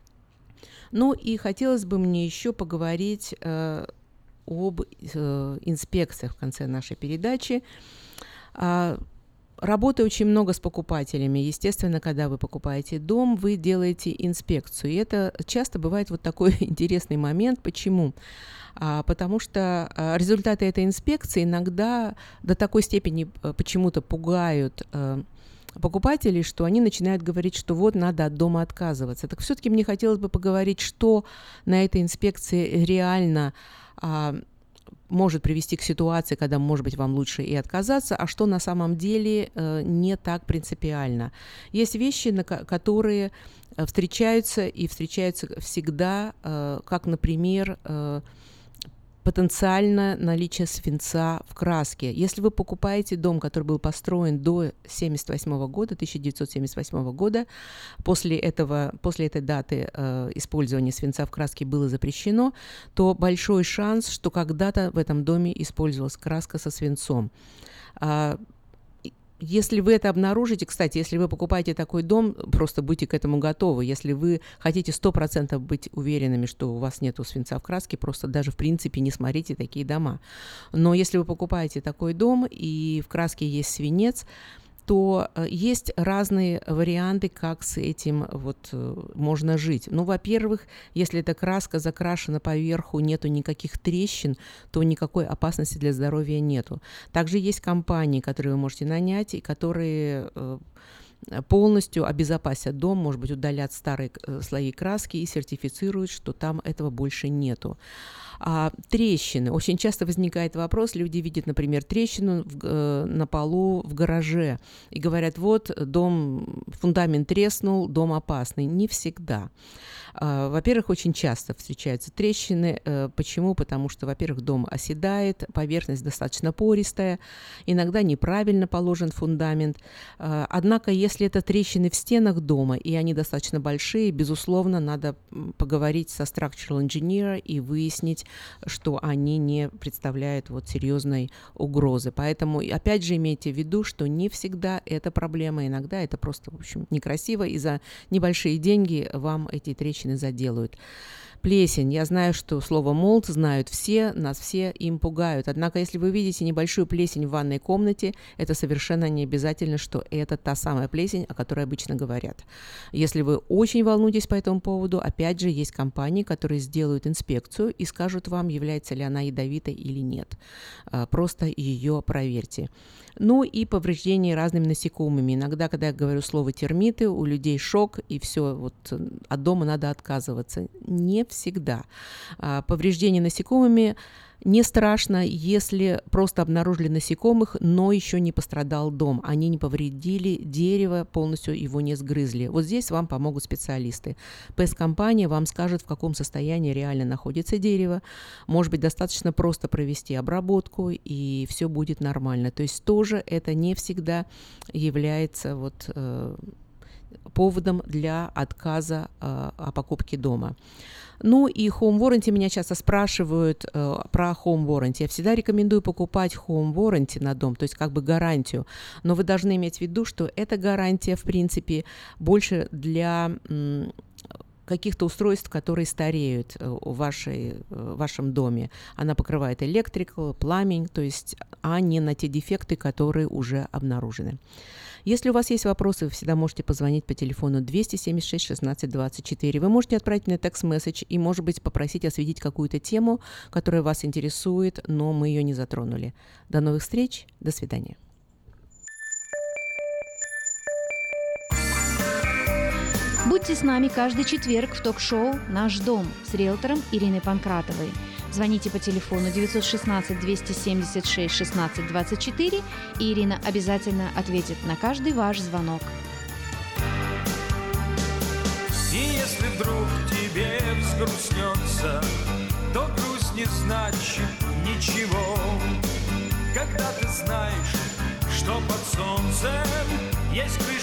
Ну и хотелось бы мне еще поговорить об инспекциях в конце нашей передачи. Работаю очень много с покупателями. Естественно, когда вы покупаете дом, вы делаете инспекцию. И это часто бывает вот такой интересный момент. Почему? Потому что результаты этой инспекции иногда до такой степени почему-то пугают покупателей, что они начинают говорить, что вот надо от дома отказываться. Так все-таки мне хотелось бы поговорить, что на этой инспекции реально может привести к ситуации, когда, может быть, вам лучше и отказаться, а что на самом деле не так принципиально. Есть вещи, которые встречаются и встречаются всегда, как, например, потенциально наличие свинца в краске. Если вы покупаете дом, который был построен до 1978 года, после этой даты использование свинца в краске было запрещено, то большой шанс, что когда-то в этом доме использовалась краска со свинцом. Если вы это обнаружите, кстати, если вы покупаете такой дом, просто будьте к этому готовы. Если вы хотите 100% быть уверенными, что у вас нет свинца в краске, просто даже в принципе не смотрите такие дома. Но если вы покупаете такой дом и в краске есть свинец, то есть разные варианты, как с этим вот можно жить. Ну, во-первых, если эта краска закрашена поверху, нету никаких трещин, то никакой опасности для здоровья нету. Также есть компании, которые вы можете нанять, и которые полностью обезопасят дом, может быть, удалят старые слои краски и сертифицируют, что там этого больше нету. Трещины. Очень часто возникает вопрос, люди видят, например, трещину на полу в гараже и говорят, вот, фундамент треснул, дом опасный. Не всегда. Во-первых, очень часто встречаются трещины. Почему? Потому что, во-первых, дом оседает, поверхность достаточно пористая, иногда неправильно положен фундамент. Однако, если это трещины в стенах дома, и они достаточно большие, безусловно, надо поговорить со structural engineer и выяснить, что они не представляют вот серьезной угрозы. Поэтому, опять же, имейте в виду, что не всегда это проблема, иногда это просто, в общем, некрасиво, и за небольшие деньги вам эти трещины заделают. Плесень. Я знаю, что слово «молд» знают все, нас все им пугают. Однако, если вы видите небольшую плесень в ванной комнате, это совершенно не обязательно, что это та самая плесень, о которой обычно говорят. Если вы очень волнуетесь по этому поводу, опять же, есть компании, которые сделают инспекцию и скажут вам, является ли она ядовитой или нет. Просто ее проверьте. Ну и повреждения разными насекомыми. Иногда, когда я говорю слово термиты, у людей шок, и все, вот от дома надо отказываться. Не всегда. Повреждения насекомыми не страшно, если просто обнаружили насекомых, но еще не пострадал дом. Они не повредили дерево, полностью его не сгрызли. Вот здесь вам помогут специалисты. Пест-компания вам скажет, в каком состоянии реально находится дерево. Может быть, достаточно просто провести обработку, и все будет нормально. То есть тоже это не всегда является поводом для отказа о покупке дома. Ну и Home Warranty, меня часто спрашивают про Home Warranty. Я всегда рекомендую покупать Home Warranty на дом, то есть как бы гарантию. Но вы должны иметь в виду, что эта гарантия, в принципе, больше для каких-то устройств, которые стареют в вашем доме. Она покрывает electrical, plumbing, то есть, а не на те дефекты, которые уже обнаружены. Если у вас есть вопросы, вы всегда можете позвонить по телефону 276 16 24. Вы можете отправить мне текст-месседж и, может быть, попросить осветить какую-то тему, которая вас интересует, но мы ее не затронули. До новых встреч, до свидания. Будьте с нами каждый четверг в ток-шоу «Наш дом» с риэлтором Ириной Панкратовой. Звоните по телефону 916-276-16-24, и Ирина обязательно ответит на каждый ваш звонок. И если вдруг тебе взгрустнется, то грусть не значит ничего. Когда ты знаешь, что под солнцем есть крыша